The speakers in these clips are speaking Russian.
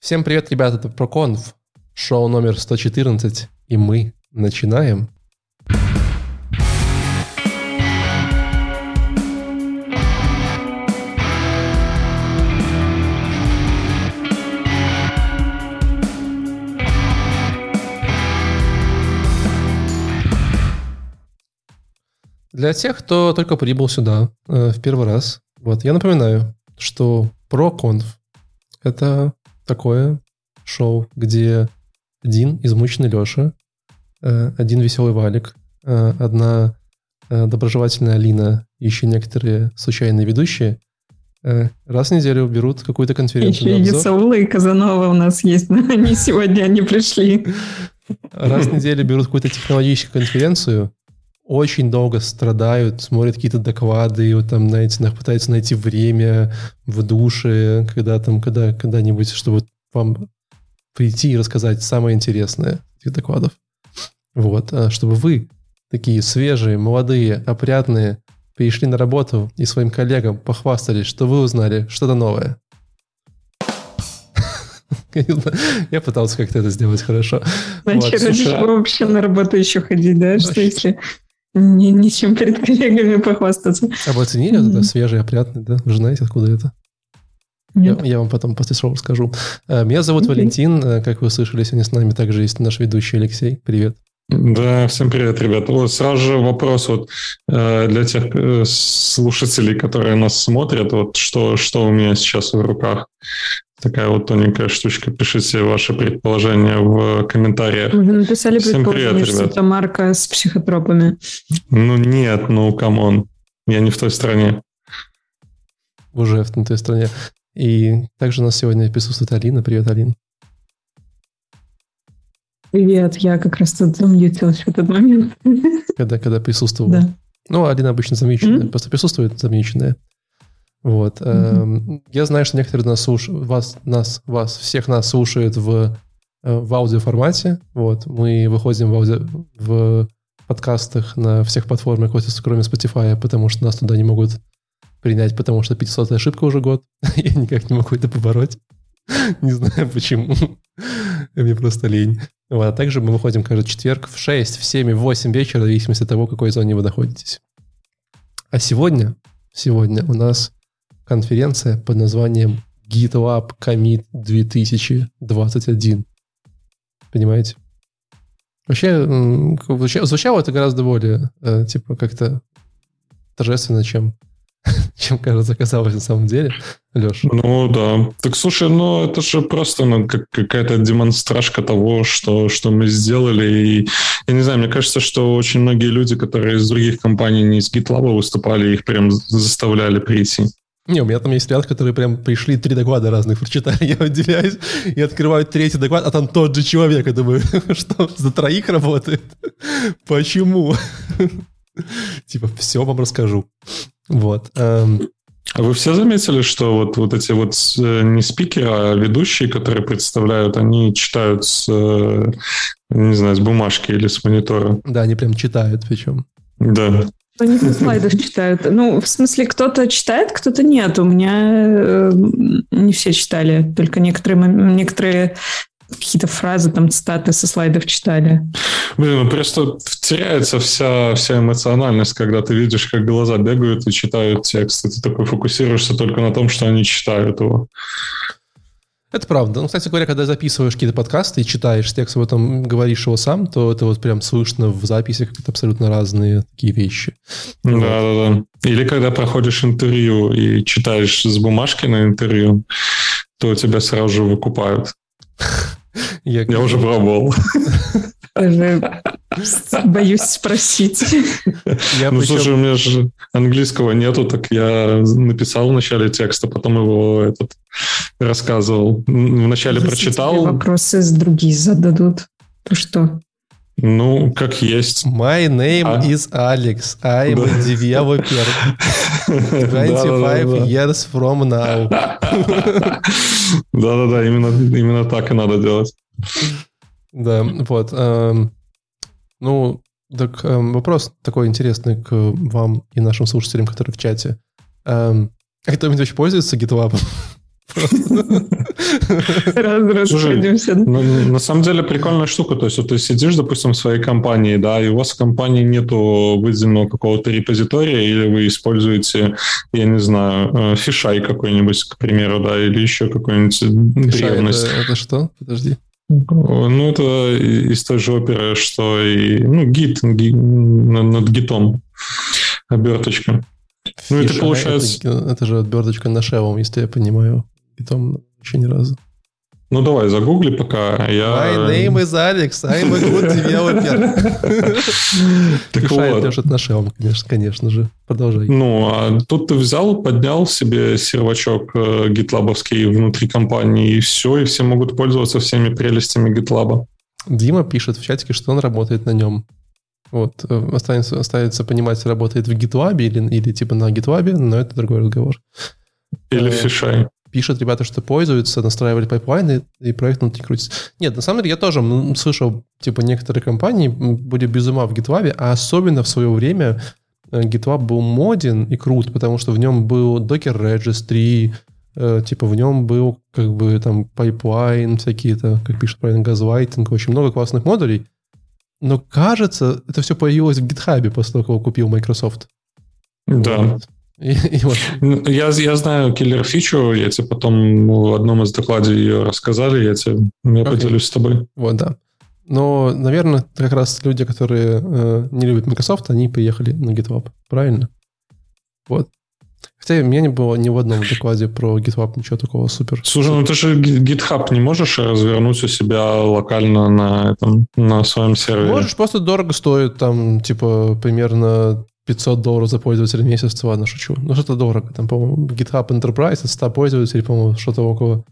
Всем привет, ребята, это ProConf, шоу номер 114, и мы начинаем. Для тех, кто только прибыл сюда в первый раз, я напоминаю, что ProConf — это такое шоу, где один измученный Леша, один веселый Валик, одна доброжелательная Алина и еще некоторые случайные ведущие раз в неделю берут какую-то конференцию. Еще и Саула и Казанова у нас есть, но они сегодня не пришли. Раз в неделю берут какую-то технологическую конференцию, очень долго страдают, смотрят какие-то доклады, и там, знаете, пытаются найти время в душе, когда-нибудь, чтобы вам прийти и рассказать самое интересное из этих докладов. Чтобы вы, такие свежие, молодые, опрятные, пришли на работу и своим коллегам похвастались, что вы узнали что-то новое. Я пытался как-то это сделать хорошо. Значит, ради чего вообще на работу еще ходить, да? Что если ничем перед коллегами похвастаться? А вы оценили это свежий, опрятный, да? Вы же знаете, откуда это? Я вам потом после шоу расскажу. Меня зовут Валентин. Как вы услышали, сегодня с нами также есть наш ведущий Алексей. Привет. Да, всем привет, ребят. Сразу же вопрос для тех слушателей, которые нас смотрят. Что у меня сейчас в руках? Такая тоненькая штучка. Пишите ваши предположения в комментариях. Вы написали предположение, что это марка с психотропами. Нет, камон. Я не в той стране. Уже в той стране. И также у нас сегодня присутствует Алина. Привет, Алин. Привет, я как раз тут замьютилась в этот момент. Когда присутствовала. Да. Алина обычно замьюченная, просто присутствует замьюченная. Я знаю, что некоторые всех нас слушают в аудиоформате. Мы выходим в подкастах на всех платформах, кроме Spotify, потому что нас туда не могут принять, потому что 500-я ошибка уже год. Я никак не могу это побороть. Не знаю почему. Мне просто лень. А также мы выходим каждый четверг в 6, в 7, в 8 вечера, в зависимости от того, в какой зоне вы находитесь. А сегодня у нас конференция под названием GitLab Commit 2021. Понимаете? Вообще звучало это гораздо более как-то торжественно, чем кажется, оказалось на самом деле, Леша. Да. Так слушай, это же просто какая-то демонстражка того, что мы сделали. И я не знаю, мне кажется, что очень многие люди, которые из других компаний, не из GitLab выступали, их прям заставляли прийти. У меня там есть ребята, которые прям пришли 3 доклада разных прочитали, я удивляюсь, и открывают 3-й доклад, а там тот же человек. Я думаю, что за 3 работает? Почему? Все вам расскажу. А вы все заметили, что эти не спикеры, а ведущие, которые представляют, они читают с бумажки или с монитора? Да, они прям читают причем. Да. Они со слайдов читают. В смысле, кто-то читает, кто-то нет. У меня не все читали, только некоторые какие-то фразы, цитаты со слайдов читали. Просто теряется вся эмоциональность, когда ты видишь, как глаза бегают и читают текст, и ты такой фокусируешься только на том, что они читают его. Это правда. Кстати говоря, когда записываешь какие-то подкасты и читаешь текст, говоришь его сам, то это прям слышно в записи какие-то абсолютно разные такие вещи. Да. Или когда проходишь интервью и читаешь с бумажки на интервью, то тебя сразу же выкупают. Я уже пробовал. Боюсь спросить. Слушай, у меня же английского нету, так я написал в начале текста, потом его рассказывал. Вначале прочитал. Если вопросы другие зададут, то что? Как есть. My name is Alex. I'm a developer. 25 years from now. Да, именно так и надо делать. Да, так вопрос такой интересный к вам и нашим слушателям, которые в чате. А кто-нибудь вообще пользуется GitLab? Слушай, на самом деле прикольная штука. То есть вот ты сидишь, допустим, в своей компании, да, и у вас в компании нету выделенного какого-то репозитория, или вы используете, я не знаю, фишай какой-нибудь, к примеру, да, или еще какой-нибудь древность. Это что? Подожди. Ну, это из той же оперы, что и... Ну, гит над гитом. Оберточка. Ну, это получается... Это же отберточка на шевом, если я понимаю. Гитом еще ни разу. Ну, давай, загугли пока. My name is Alex, I'm a good developer. Так вот. Лежит на шевом, конечно же. Продолжай. Ну, а тут ты взял, поднял себе сервачок гитлабовский внутри компании, и все могут пользоваться всеми прелестями гитлаба. Дима пишет в чатике, что он работает на нем. Вот, остается понимать, работает в GitLab или типа на GitLab, но это другой разговор. Или фишай. Пишут ребята, что пользуются, настраивали пайплайны, и проект внутри крутится. Нет, на самом деле я тоже слышал, типа, некоторые компании были без ума в GitLab, а особенно в свое время GitLab был моден и крут, потому что в нем был Docker Registry, типа в нем был как бы там пайплайн, всякие-то, как пишут правильно, газлайтинг, очень много классных модулей. Но кажется, это все появилось в GitHub после того, как его купил Microsoft. Да. Вот. Вот. Я знаю киллер-фичу, я тебе потом в одном из докладов ее рассказали, я поделюсь с тобой. Вот, да. Но, наверное, как раз люди, которые не любят Microsoft, они приехали на GitLab. Правильно? Вот. Хотя у меня не было ни в одном докладе про GitLab ничего такого супер. Слушай, ну ты же GitHub не можешь развернуть у себя локально на своем сервере? Можешь, просто дорого стоит, там, типа, примерно $500 за пользователя в месяц. Ладно, шучу. Ну, что-то дорого. Там, по-моему, GitHub Enterprise от 100 пользователей, по-моему, что-то около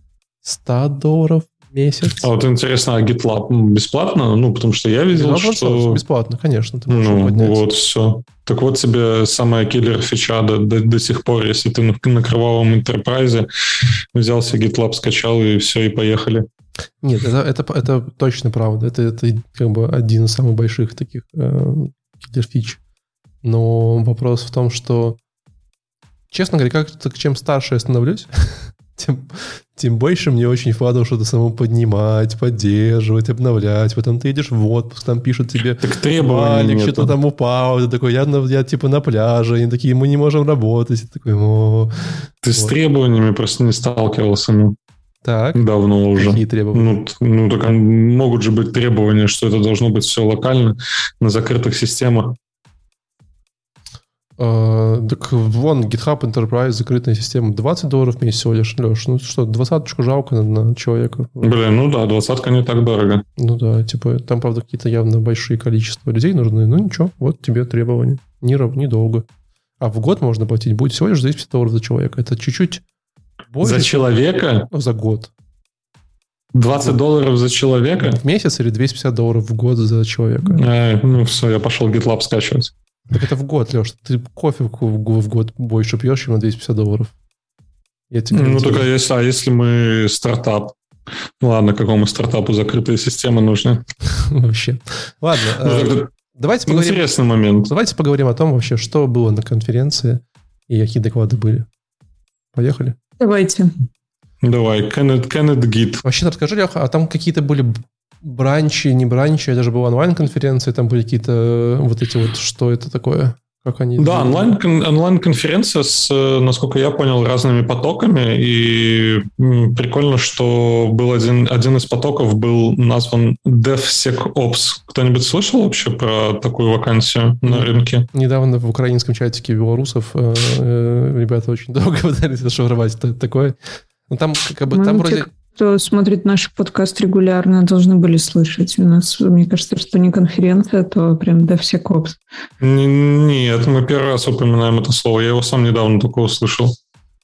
$100 в месяц. А вот интересно, а GitLab бесплатно? Ну, потому что я видел, что... Бесплатно, конечно. Ты можешь вот, все. Так вот тебе самая киллер-фича до сих пор, если ты на кровавом Enterprise взял себе GitLab, скачал, и все, и поехали. Нет, это точно правда. Это как бы один из самых больших таких киллер-фич. Но вопрос в том, что, честно говоря, чем старше я становлюсь, тем больше мне очень вкладывал что-то самому поднимать, поддерживать, обновлять. Потом ты идешь в отпуск, там пишут тебе, Алик, что-то там упало. Ты такой, я типа на пляже. Они такие, мы не можем работать. Ты такой, Ты с требованиями просто не сталкивался, Так. Давно уже. Какие требования? Ну, так могут же быть требования, что это должно быть все локально, на закрытых системах. Так вон, GitHub Enterprise, закрытая система, $20 в месяц всего лишь, Леш. Ну что, 20-очку жалко на человека. Блин, ну да, 20-ка не так дорого. Ну да, типа, там, правда, какие-то явно большие количества людей нужны. Ну ничего, вот тебе требования. Недолго. А в год можно платить будет всего лишь $250 за человека. Это чуть-чуть больше. За человека? За год. $20 за человека? В месяц или $250 в год за человека? Ну все, я пошел GitLab скачивать. Так это в год, Леш. Ты кофе в год больше пьешь, чем на $250. Ну, только если мы стартап. Ну, ладно, какому стартапу закрытые системы нужны? Вообще. Ладно. Давайте поговорим. Интересный момент. Давайте поговорим о том вообще, что было на конференции и какие доклады были. Поехали? Давайте. Давай, can it git. Вообще, расскажи, Леха, а там какие-то были бранчи, не бранчи, это же была онлайн-конференция, там были какие-то вот эти вот, что это такое? Как они... Да, онлайн-конференция с, насколько я понял, разными потоками, и прикольно, что был один из потоков был назван DevSecOps. Кто-нибудь слышал вообще про такую вакансию на рынке? Недавно в украинском чатике белорусов ребята очень долго пытались расшифровать такое. Ну, там как бы там вроде... Кто смотрит наш подкаст регулярно, должны были слышать. У нас, мне кажется, что не конференция, то прям DevSecOps. Нет, мы первый раз упоминаем это слово. Я его сам недавно только услышал.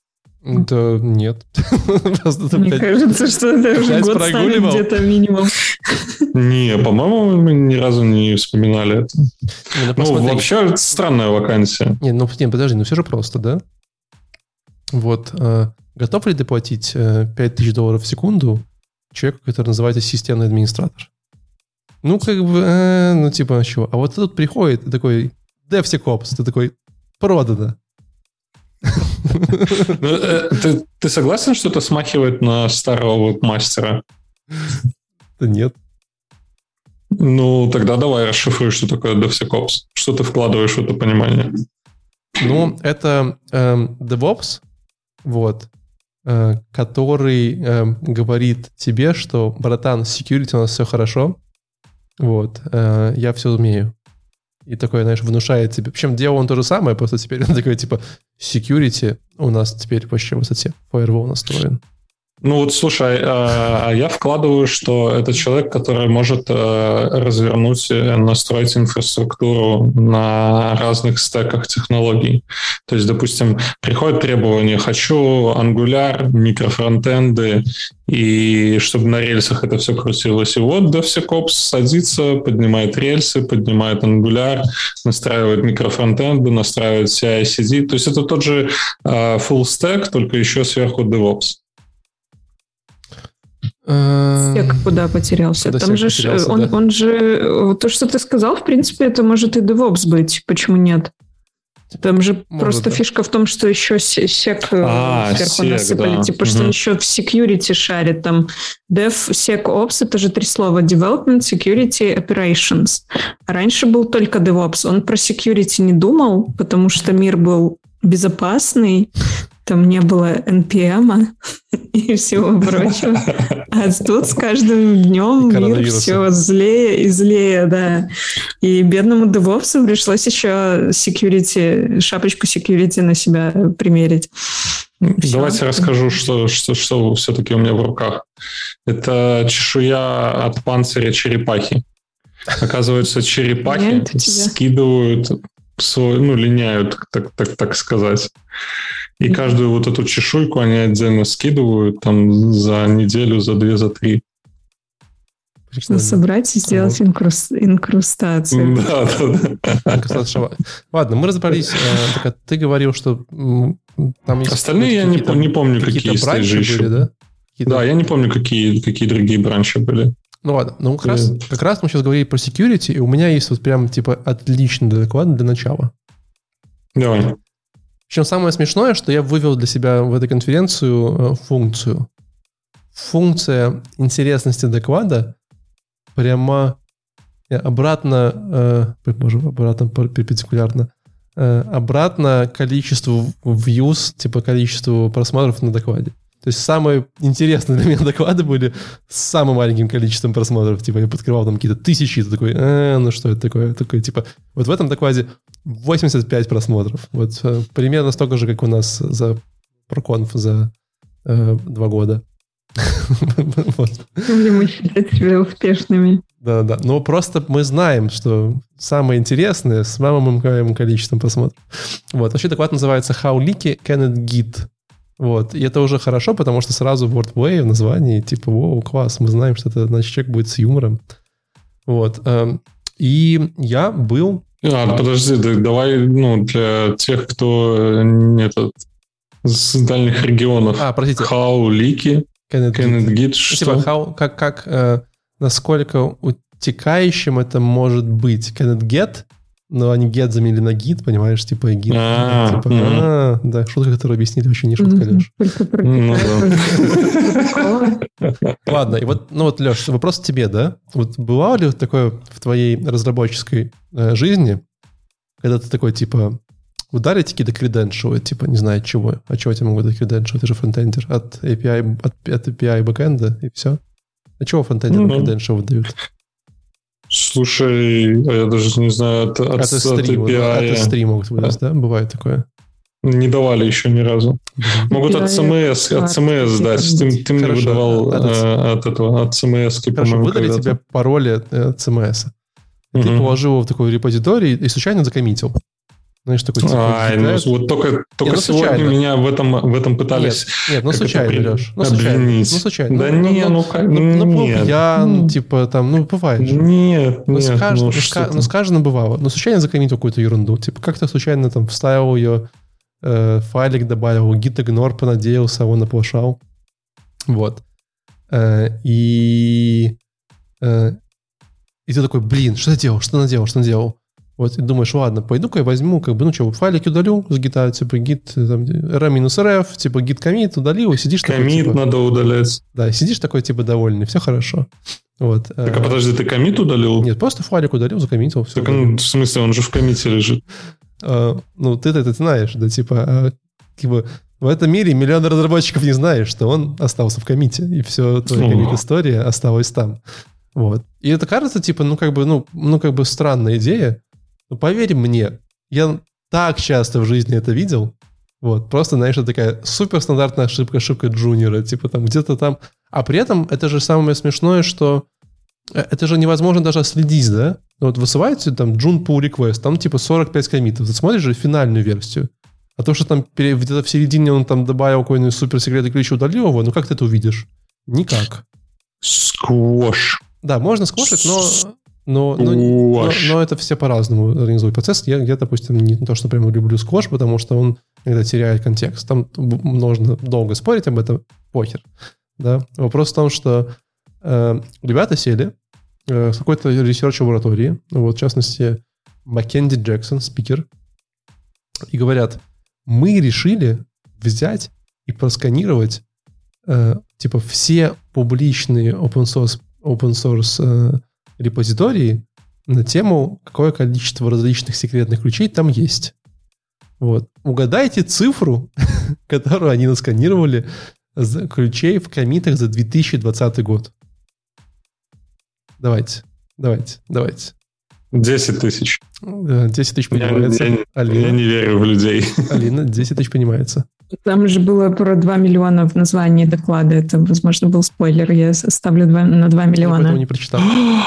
Да нет. Мне кажется, что это уже год с нами где-то минимум. Не, по-моему, мы ни разу не вспоминали это. Ну, вообще, странная вакансия. Не, подожди, все же просто, да? Вот... Готов ли ты платить $5000 в секунду человеку, который называется системный администратор? Ну, как бы, ну, типа, чего? А вот тут приходит и такой, DevSecOps, ты такой, продано. Ты согласен, что это смахивает на старого веб-мастера? Да нет. Ну, тогда давай расшифруй, что такое DevSecOps. Что ты вкладываешь в это понимание? Ну, это DevOps, вот, который говорит тебе, что, братан, с security у нас все хорошо, вот, я все умею. И такой, знаешь, внушает тебе. Причем делал он то же самое, просто теперь он такой, типа, security у нас теперь вообще в высоте, firewall настроен. Ну вот, слушай, а я вкладываю, что это человек, который может развернуть, настроить инфраструктуру на разных стеках технологий. То есть, допустим, приходит требование, хочу Angular, микрофронтенды, и чтобы на рельсах это все крутилось. И вот DevSecOps садится, поднимает рельсы, поднимает Angular, настраивает микрофронтенды, настраивает CI/CD. То есть это тот же full stack, только еще сверху DevOps. Сек куда потерялся? Куда там же потерялся, он же... То, что ты сказал, в принципе, это может и DevOps быть. Почему нет? Там же может, просто фишка в том, что еще сек сверху насыпали. Да. Типа, что он еще в security шарит. Там DevSecOps — это же 3 слова. Development, Security, Operations. А раньше был только DevOps. Он про security не думал, потому что мир был безопасный. Там не было NPM и всего прочего. А тут с каждым днем мир все злее и злее, да. И бедному DevOps пришлось еще security, шапочку security на себя примерить. Давайте расскажу, что все-таки у меня в руках. Это чешуя от панциря черепахи. Оказывается, черепахи скидывают линяют, так сказать. И каждую вот эту чешуйку они отдельно скидывают там за неделю, за 2, за 3. Нужно собрать и сделать инкрустацию. Да. Ладно, мы разобрались. Ты говорил, что там есть... Остальные я не помню, какие стейджи еще. Да? Да, я не помню, какие другие бранчи были. Ну ладно, как раз мы сейчас говорили про security, и у меня есть вот прям типа отличный доклад для начала. Давай. Причем самое смешное, что я вывел для себя в эту конференцию функцию. Функция интересности доклада прямо обратно перпендикулярно, обратно количеству views, типа количеству просмотров на докладе. То есть самые интересные для меня доклады были с самым маленьким количеством просмотров. Типа я подкрывал там какие-то тысячи, и ты такой, ну что это такое? Такое, типа, вот в этом докладе 85 просмотров. Вот примерно столько же, как у нас за проконф за 2 года. Будем считать себя успешными. Да. Но просто мы знаем, что самое интересное с самым маленьким количеством просмотров. Вот. Вообще доклад называется «How leaky can it get?». Вот. И это уже хорошо, потому что сразу wordplay в названии, типа, воу, класс, мы знаем, что это, значит, человек будет с юмором. Вот. И я был... Подожди, давай, для тех, кто с дальних регионов. Простите. How leaky can it get? Что? Типа, насколько утекающим это может быть? Can it get? Но они get заменили на git, понимаешь, типа git. Да, шутка, которую объяснили, вообще не шутка, Леш. Ладно, и вот, Леш, вопрос к тебе, да? Вот бывало ли такое в твоей разработческой жизни, когда ты такой, типа, ударите какие-то креденшалы, типа, не знаю, чего, чего тебе могут дать креденшалы, ты же фронтендер, от API бэкэнда, и все. А чего фронтендеры креденшалы дают? Слушай, я даже не знаю, от API... От S3 могут выдать, да? Бывает такое. Не давали еще ни разу. Могут от CMS дать. Ты мне выдавал от CMS. Хорошо, выдали тебе пароли от CMS. Ты положил его в такой репозиторий и случайно закоммитил. Знаешь, такой типа... вот только сегодня меня в этом пытались... Нет, случайно, Леш. Случайно. Да нет. Пьян, типа там, бывает же. Нет. С каждым бывало. Но случайно закоммитил какую-то ерунду. Типа как-то случайно там вставил ее, файлик добавил, git-ignore понадеялся, он оплошал. Вот. И ты такой, блин, что ты делал? Что наделал? Вот, и думаешь, ладно, пойду-ка я возьму, как бы, ну что, файлики удалю с гита, типа git, там, rm-rf, типа git commit, удалил, и сидишь такой, Коммит типа... надо удалять. Да, сидишь такой, типа, довольный, все хорошо. Вот. Так, а подожди, ты коммит удалил? Нет, просто файлик удалил, закоммитил, все. Так он, в смысле, он же в коммите лежит. Ну, ты это знаешь, да, типа, в этом мире миллион разработчиков не знает, что он остался в коммите, и все, твоя коммит-история осталась там. Вот. И это кажется, типа, ну, как бы странная идея. Но поверь мне, я так часто в жизни это видел. Вот. Просто, знаешь, это такая суперстандартная ошибка джуниора. Типа там где-то там... А при этом это же самое смешное, что это же невозможно даже следить, да? Вот высылаете там June pull request, там типа 45 коммитов. Ты смотришь же финальную версию. А то, что там где-то в середине он там добавил какой-нибудь суперсекретный ключ и удалил его, ну как ты это увидишь? Никак. Сквош. Да, можно сквошить, но это все по-разному организуют процесс. Я, допустим, не то, что прямо люблю сквош, потому что он иногда теряет контекст. Там можно долго спорить об этом, похер. Да? Вопрос в том, что ребята сели в какой-то ресерч-лаборатории, вот, в частности, Маккензи Джексон, спикер, и говорят, мы решили взять и просканировать типа все публичные open source репозитории на тему, какое количество различных секретных ключей там есть. Вот. Угадайте цифру, которую они насканировали ключей в коммитах за 2020 год. Давайте. 10 тысяч. 10 тысяч понимается. Я не верю в людей. Алина, 10 тысяч понимается. Там же было про 2 миллиона в названии доклада. Это, возможно, был спойлер. Я ставлю на 2 миллиона. Я поэтому не прочитал.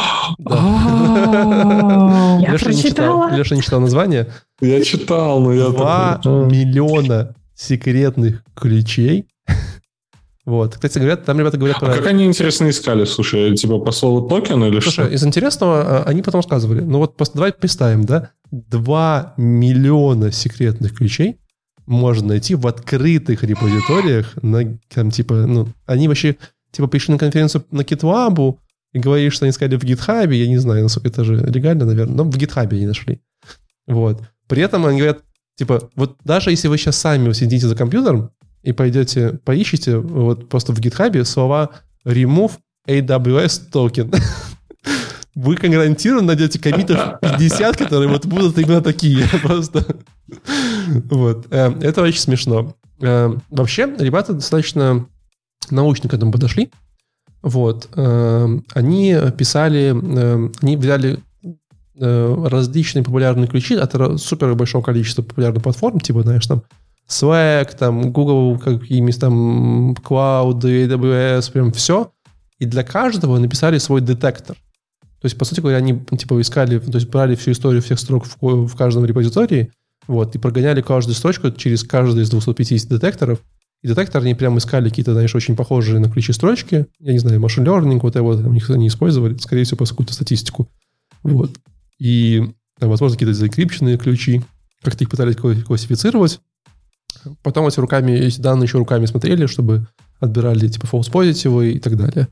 Я прочитала. Леша не читал название. Я читал, но я... 2 миллиона секретных ключей. Вот. Кстати, там ребята говорят про... А как они, интересно, искали? Слушай, типа по слову токен или что? Слушай, из интересного они потом рассказывали. Ну вот давай представим, да? 2 миллиона секретных ключей можно найти в открытых репозиториях. Там, типа, ну, они вообще типа пришли на конференцию на GitLab и говорили, что они искали в GitHub. Я не знаю, насколько это же легально, наверное, но в GitHub они нашли. Вот. При этом они говорят, типа, вот даже если вы сейчас сами сидите за компьютером и пойдете, поищите вот просто в GitHub слова remove AWS token. Вы гарантированно найдете коммитов 50, которые вот будут именно такие. Просто. Вот. Это очень смешно. Вообще, ребята достаточно научно к этому подошли. Вот. Они писали, они взяли различные популярные ключи от супер большого количества популярных платформ, типа, знаешь, там Slack, там Google, какими там Cloud, AWS, прям все. И для каждого написали свой детектор. То есть, по сути говоря, они типа искали, то есть брали всю историю всех строк в каждом репозитории, вот, и прогоняли каждую строчку через каждый из 250 детекторов. И детекторы они прямо искали какие-то, знаешь, очень похожие на ключи строчки. Я не знаю, machine learning, вот его у них они использовали, скорее всего, по какую-то статистику. Вот. И, там, возможно, какие-то закрипченные ключи. Как-то их пытались классифицировать. Потом эти данные еще руками смотрели, чтобы отбирали типа false positive и так далее.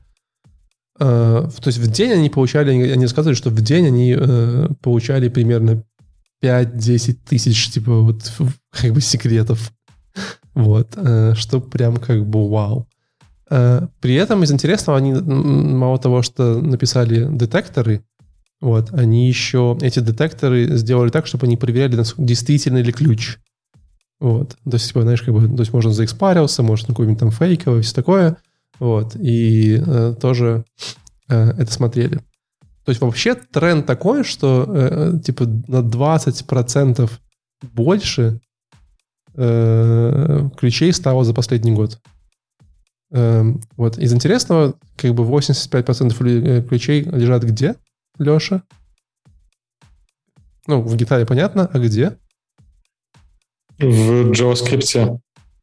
То есть в день они получали, они рассказывали, что в день они получали примерно 5-10 тысяч типа вот как бы секретов. Вот. Что прям как бы вау. При этом из интересного они мало того, что написали детекторы, вот, они еще эти детекторы сделали так, чтобы они проверяли, действительно ли ключ. Вот. То есть, типа, знаешь, как бы, то есть можно заэкспарился, может, какой-нибудь там фейковый, все такое. Вот. И тоже это смотрели. То есть вообще тренд такой, что типа на 20% больше ключей стало за последний год. Вот. Из интересного, как бы 85% ключей лежат где, Леша? Ну, в GitHub понятно, а где? В JavaScript.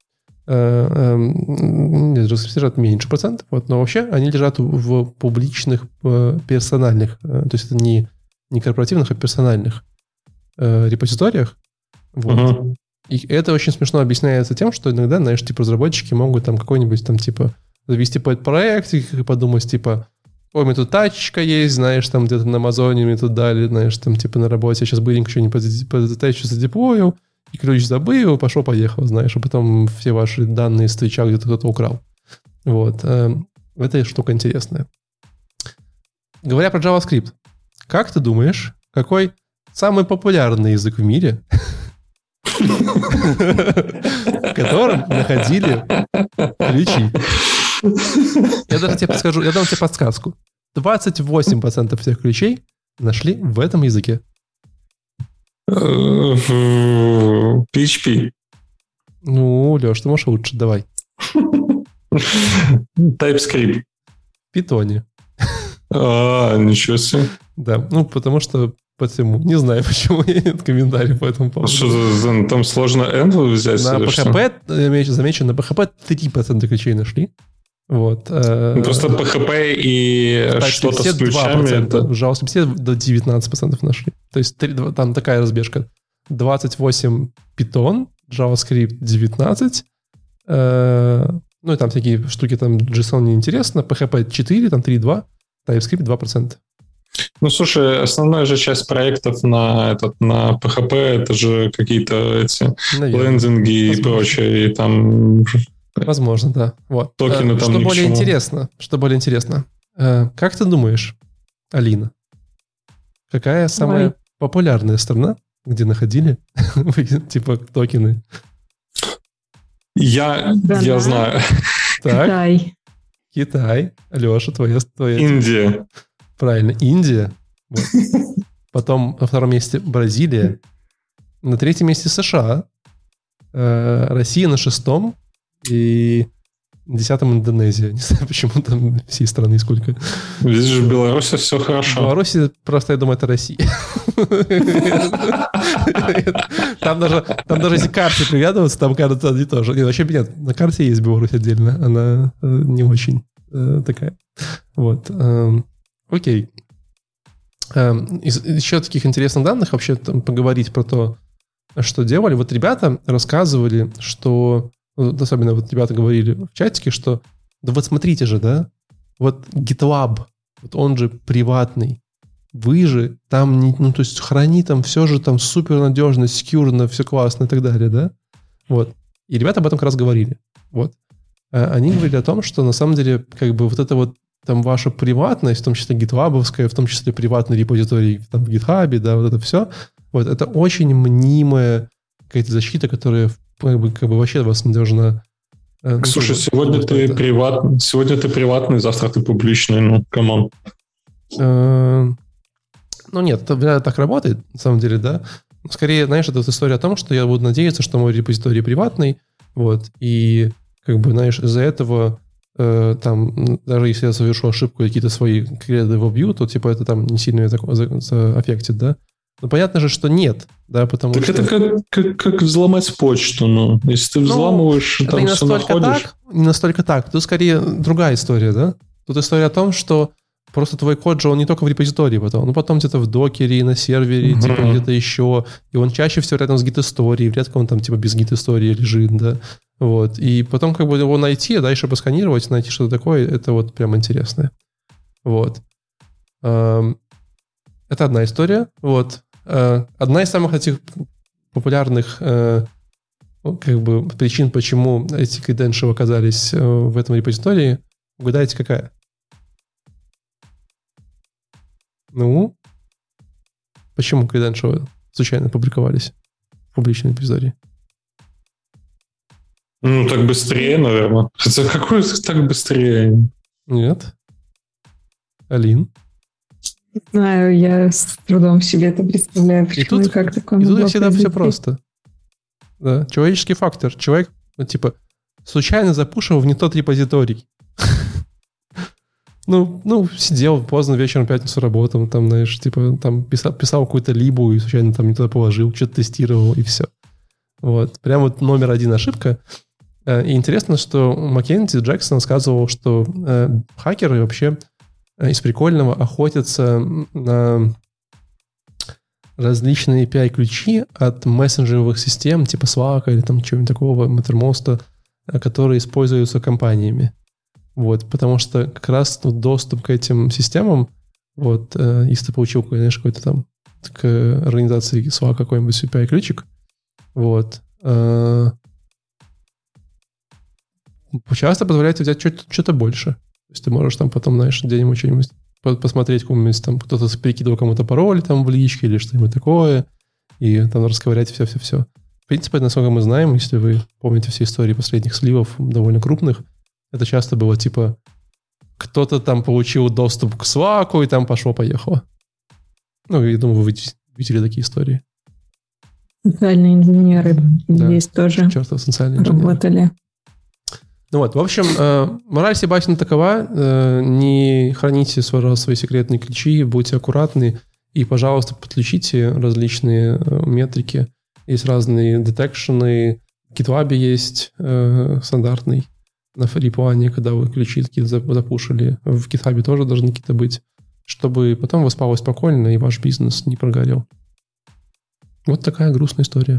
Нет, JavaScript лежат меньше процентов, вот, но вообще они лежат в публичных персональных, то есть это не корпоративных, а персональных репозиториях. Вот. Uh-huh. И это очень смешно объясняется тем, что иногда, знаешь, типа разработчики могут там какой-нибудь там типа завести проект и подумать типа, ой, у меня тут тачечка есть, знаешь, там где-то на Амазоне мне тут дали, знаешь, там типа на работе, я сейчас быстренько что-нибудь под эту тачку задеплою, и ключ забыл, пошел-поехал, знаешь, а потом все ваши данные с Твича где-то кто-то украл. Вот. Это штука интересная. Говоря про JavaScript, как ты думаешь, какой самый популярный язык в мире, в котором находили ключи? Я даже тебе подскажу, я дам тебе подсказку. 28% всех ключей нашли в этом языке. PHP. Ну, Леш, ты можешь лучше, давай. TypeScript. Питоне. Ничего себе. Да, ну, потому что почему? Не знаю, почему нет комментариев по этому поводу. Что, там сложно end взять? На PHP, замечу, на PHP 3% ключей нашли. Вот. Просто PHP и что-то с ключами. В JavaScript до 19% нашли. То есть там такая разбежка. 28 Python, JavaScript 19. Ну и там всякие штуки, там JSON неинтересно. PHP 4, там 3,2. TypeScript 2%. Ну, слушай, основная же часть проектов на PHP это же какие-то эти лендинги и прочее, и там... Возможно, да. Вот. Токены там что более интересно. Как ты думаешь, Алина, какая самая популярная страна, где находили типа токены? Я знаю. Так. Китай. Леша, твоя... Индия. Правильно, Индия. Вот. Потом на втором месте Бразилия. На третьем месте США. Россия на шестом. И на 10-м Индонезия. Не знаю, почему там всей страны сколько. Видишь, в Беларуси все хорошо. В Беларуси просто, я думаю, это Россия. Там даже если к карте приглядываться, там кажется, не тоже. Нет, вообще нет, на карте есть Беларусь отдельно. Она не очень такая. Вот. Окей. Из еще таких интересных данных вообще поговорить про то, что делали. Вот ребята рассказывали, что... Особенно вот ребята говорили в чатике, что да вот смотрите же, да, вот GitLab, вот он же приватный, вы же там, ну то есть храни там все же там супер надежно, секьюрно, все классно и так далее, да, вот. И ребята об этом как раз говорили, вот. Они говорили о том, что на самом деле как бы вот это вот там ваша приватность, в том числе GitLab'овская, в том числе приватный репозиторий там в GitHub, да, вот это все, вот это очень мнимая какая-то защита, которая как бы вообще вас не должна... Слушай, сегодня ты приватный, завтра ты публичный, ну, камон. Ну, нет, это так работает, на самом деле, да. Скорее, знаешь, это история о том, что я буду надеяться, что мой репозиторий приватный, вот, и, как бы, знаешь, из-за этого там, даже если я совершу ошибку, какие-то свои креды вобью, то, типа, это там не сильно аффектит, да. Ну, понятно же, что нет, да, потому так что... Так это как взломать почту, ну. Если ты взламываешь, там не все находишь... Не настолько так. Тут скорее другая история, да? Тут история о том, что просто твой код же, он не только в репозитории потом, ну, потом где-то в докере, на сервере, типа где-то еще. И он чаще всего рядом с гит-историей, редко он там типа без гит-истории лежит, да. Вот. И потом как бы его найти, а дальше посканировать, найти что-то такое, это вот прям интересно. Вот. Это одна история. Вот. Одна из самых этих популярных как бы причин, почему эти credentials оказались в этом репозитории, угадайте, какая? Ну? Почему credentials случайно публиковались в публичном репозитории? Ну, так быстрее, наверное. Хотя какой так быстрее? Нет. Алин? Не знаю, я с трудом себе это представляю. Почему и как такое могло тут всегда произойти. все просто. Да. Человеческий фактор. Человек, ну, типа, случайно запушил в не тот репозиторий. Ну, сидел поздно вечером в пятницу работал, там, знаешь, типа, там писал какую-то либу и случайно там не туда положил, что-то тестировал, и все. Вот. Прям вот номер один ошибка. И интересно, что Маккензи Джексон сказывал, что хакеры вообще из прикольного охотятся на различные API-ключи от мессенджеровых систем, типа Slack или там чего-нибудь такого, Mattermost, которые используются компаниями. Вот, потому что как раз доступ к этим системам, вот, если ты получил, конечно, какой-то там к организации SWA какой-нибудь API-ключик, вот, часто позволяет взять что-то больше. То есть ты можешь там потом, знаешь, где-нибудь что-нибудь посмотреть, кому-нибудь там кто-то перекидывал кому-то пароль там в личке или что-нибудь такое, и там расковырять все-все-все. В принципе, насколько мы знаем, если вы помните все истории последних сливов, довольно крупных, это часто было типа кто-то там получил доступ к SWAC, и там пошло-поехало. Ну, я думаю, вы видели такие истории. Социальные инженеры здесь тоже чертов социальные инженеры работали. Ну вот, в общем, мораль сей басни такова: не храните свои секретные ключи, будьте аккуратны и, пожалуйста, подключите различные метрики. Есть разные детекшены, в GitLab есть стандартный на фри-плане, когда вы ключи какие-то запушили. В GitHub тоже должны какие-то быть, чтобы потом вы спалось спокойно и ваш бизнес не прогорел. Вот такая грустная история.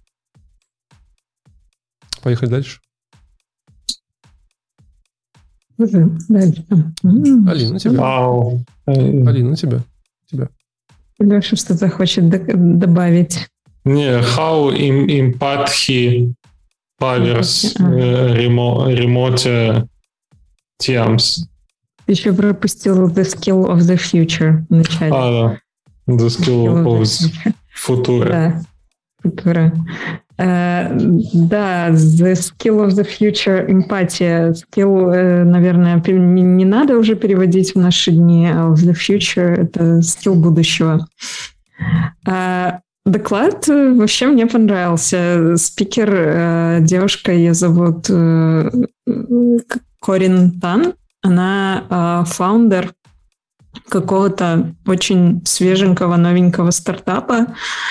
Поехали дальше. Дальше. Алина, у тебя. Вау. Алина, у тебя. Леша что-то хочет добавить. Не, how empathy powers remote teams. Ты еще пропустил the skill of the future в начале. Да. The skill of the future. Да, future. Да, the skill of the future, эмпатия. Skill, наверное, не надо уже переводить в наши дни, а of the future — это скилл будущего. Доклад вообще мне понравился. Спикер, девушка, ее зовут Корин Тан. Она фаундер какого-то очень свеженького, новенького стартапа,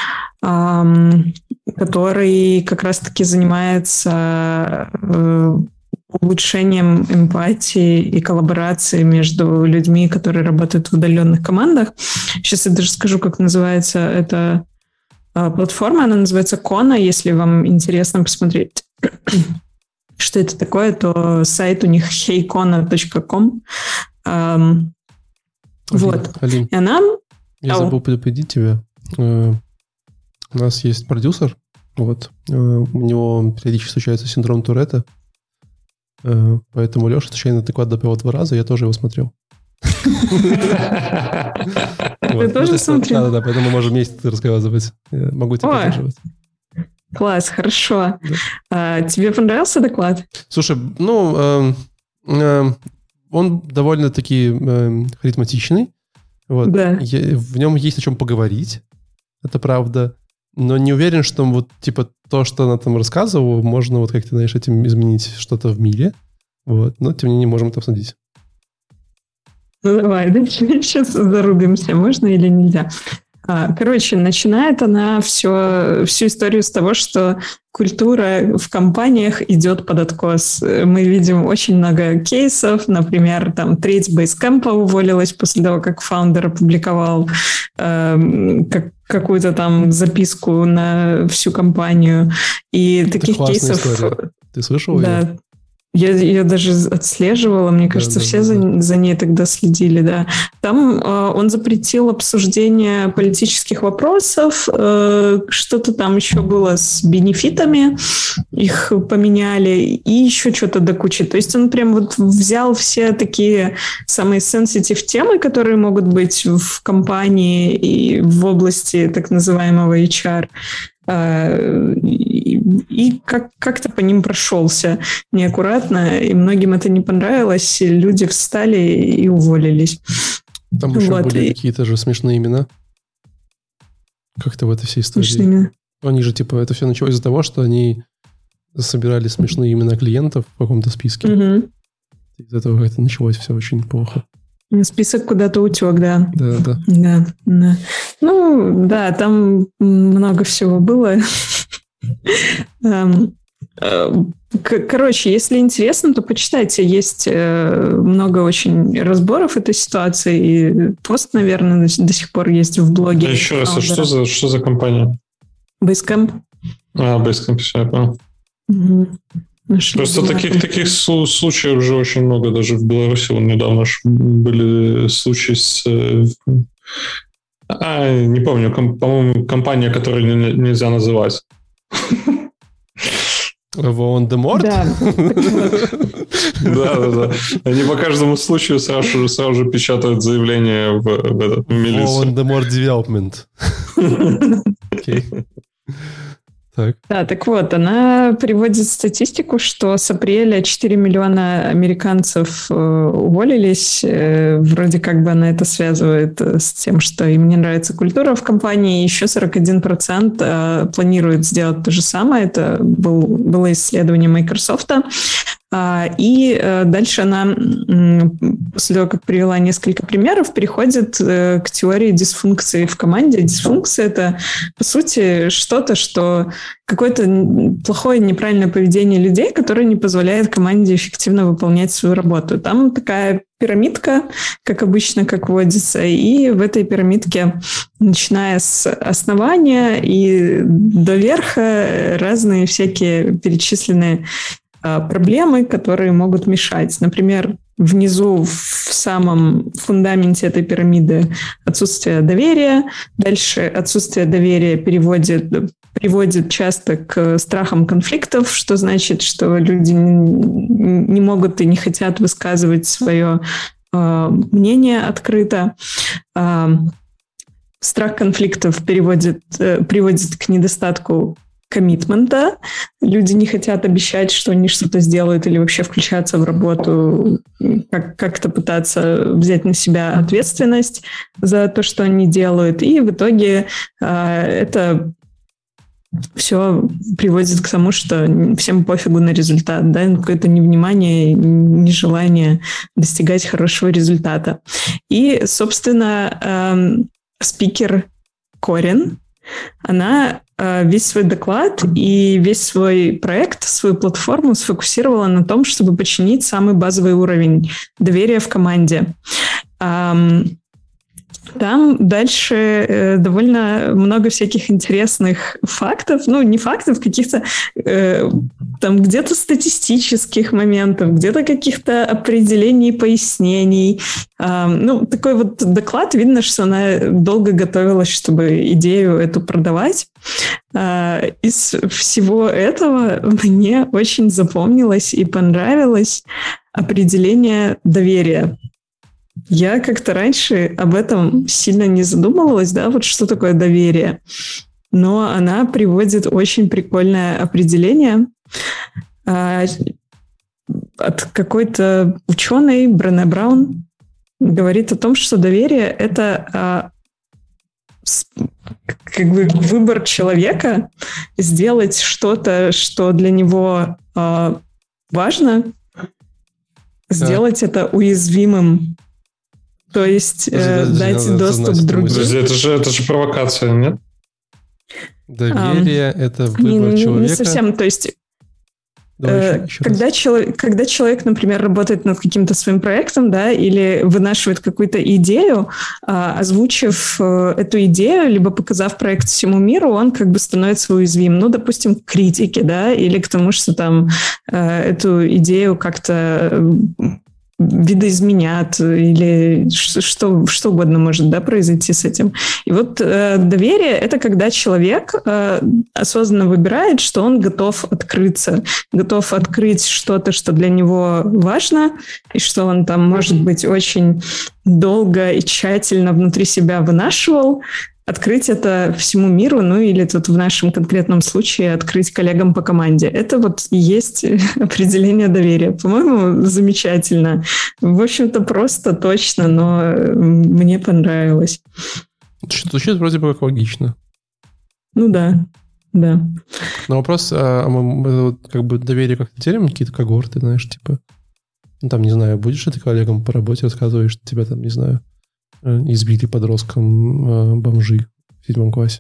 который как раз-таки занимается улучшением эмпатии и коллаборации между людьми, которые работают в удаленных командах. Сейчас я даже скажу, как называется эта платформа. Она называется Kona. Если вам интересно посмотреть, что это такое, то сайт у них heykona.com. Вот. Алин, и она... я забыл предупредить тебя. У нас есть продюсер, вот, у него периодически случается синдром Туретта, поэтому Леша случайно доклад допел 2 раза, я тоже его смотрел. Ты тоже смотрел? Да, поэтому мы можем вместе рассказывать. Я могу тебя поддерживать. Класс, хорошо. Тебе понравился доклад? Слушай, он довольно-таки харизматичный. Вот. Да. В нем есть о чем поговорить, это правда. Но не уверен, что вот типа то, что она там рассказывала, можно вот как-то, знаешь, этим изменить что-то в мире. Вот. Но тем не менее можем это обсудить. Ну давай, сейчас зарубимся, можно или нельзя. Короче, начинает она всю историю с того, что культура в компаниях идет под откос. Мы видим очень много кейсов, например, там треть Basecamp уволилась после того, как фаундер опубликовал какую-то там записку на всю компанию. И это таких кейсов... История. Ты слышал да. ее? Я ее даже отслеживала, мне кажется, все за ней тогда следили, да. Там он запретил обсуждение политических вопросов, что-то там еще было с бенефитами, их поменяли, и еще что-то до кучи. То есть он прям вот взял все такие самые sensitive темы, которые могут быть в компании и в области так называемого HR, и как-то по ним прошелся неаккуратно, и многим это не понравилось, и люди встали и уволились. Там еще были какие-то же смешные имена. Как-то в этой всей истории. Смешные. Они же, типа, это все началось из-за того, что они собирали смешные имена клиентов в каком-то списке. Угу. Из-за этого это началось все очень плохо. Список куда-то утек, да. Да. Ну, да, там много всего было. Короче, если интересно, то почитайте. Есть много очень разборов этой ситуации. И пост, наверное, до сих пор есть в блоге. Еще раз, что за компания? Basecamp. Basecamp, все, я понял. Угу. Просто таких случаев же очень много, даже в Беларуси недавно были случаи с... не помню, по-моему, компания, которую нельзя называть. Волан-де-Морт? Да. Да. Они по каждому случаю сразу же печатают заявление в милицию. Волан-де-Морт Development. Окей. Так. Да, так вот, она приводит статистику, что с апреля 4 миллиона американцев уволились. Вроде как бы она это связывает с тем, что им не нравится культура в компании. Еще 41% планируют сделать то же самое. Это было исследование Microsoft. И дальше она, после того, как привела несколько примеров, переходит к теории дисфункции в команде. Дисфункция – это, по сути, что-то, что какое-то плохое, неправильное поведение людей, которое не позволяет команде эффективно выполнять свою работу. Там такая пирамидка, как обычно, как водится, и в этой пирамидке, начиная с основания и до верха, разные всякие перечисленные проблемы, которые могут мешать. Например, внизу, в самом фундаменте этой пирамиды отсутствие доверия. Дальше отсутствие доверия приводит часто к страхам конфликтов, что значит, что люди не могут и не хотят высказывать свое мнение открыто. Страх конфликтов приводит к недостатку коммитмента. Люди не хотят обещать, что они что-то сделают или вообще включаться в работу, как-то пытаться взять на себя ответственность за то, что они делают. И в итоге это все приводит к тому, что всем пофигу на результат, да, какое-то невнимание, нежелание достигать хорошего результата. И, собственно, спикер Корин, она весь свой доклад и весь свой проект, свою платформу сфокусировала на том, чтобы починить самый базовый уровень доверия в команде. Там дальше довольно много всяких интересных фактов, ну, не фактов, каких-то там где-то статистических моментов, где-то каких-то определений, пояснений. Ну, такой вот доклад, видно, что она долго готовилась, чтобы идею эту продавать. Из всего этого мне очень запомнилось и понравилось определение доверия. Я как-то раньше об этом сильно не задумывалась, да, вот что такое доверие. Но она приводит очень прикольное определение от какой-то ученой, Брене Браун, говорит о том, что доверие – это как бы выбор человека сделать что-то, что для него важно, сделать это уязвимым. То есть дать доступ другим. Это же провокация, нет? Доверие – это выбор человека. Не совсем, то есть когда человек, например, работает над каким-то своим проектом, да, или вынашивает какую-то идею, озвучив эту идею, либо показав проект всему миру, он как бы становится уязвим. Ну, допустим, к критике, да, или к тому, что там эту идею как-то видоизменят, или что угодно может, да, произойти с этим. И вот доверие – это когда человек осознанно выбирает, что он готов открыться, готов открыть что-то, что для него важно, и что он там, может быть, очень долго и тщательно внутри себя вынашивал, открыть это всему миру, ну или тут в нашем конкретном случае открыть коллегам по команде. Это вот и есть определение доверия. По-моему, замечательно. В общем-то, просто, точно, но мне понравилось. Звучит вроде бы как логично. Ну да. Но вопрос, мы как бы доверие как-то делим, какие-то когорты, знаешь, типа, ну там, не знаю, будешь ли ты коллегам по работе рассказываешь, что тебя там, не знаю, избили подростком бомжи в 7 классе.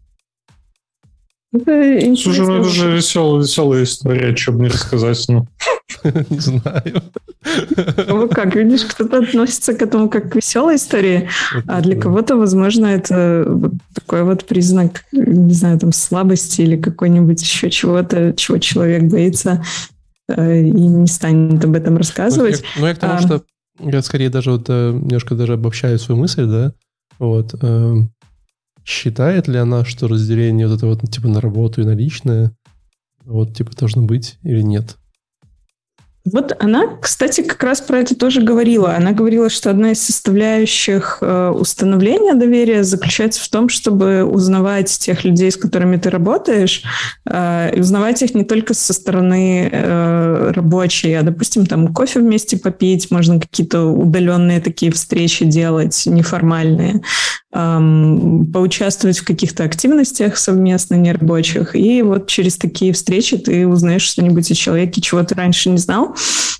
Слушай, ну это же веселая история, что бы не рассказать, ну. Не знаю. Ну как, видишь, кто-то относится к этому как к веселой истории, а для кого-то, возможно, это вот такой вот признак, не знаю, там, слабости или какой-нибудь еще чего-то, чего человек боится и не станет об этом рассказывать. Я к тому, что я скорее даже немножко даже обобщаю свою мысль, да, вот. Считает ли она, что разделение вот это вот типа на работу и на личное вот типа должно быть или нет? Вот она, кстати, как раз про это тоже говорила. Она говорила, что одна из составляющих установления доверия заключается в том, чтобы узнавать тех людей, с которыми ты работаешь, и узнавать их не только со стороны рабочей, а, допустим, там кофе вместе попить, можно какие-то удаленные такие встречи делать, неформальные, поучаствовать в каких-то активностях совместно нерабочих. И вот через такие встречи ты узнаешь что-нибудь о человеке, чего ты раньше не знал.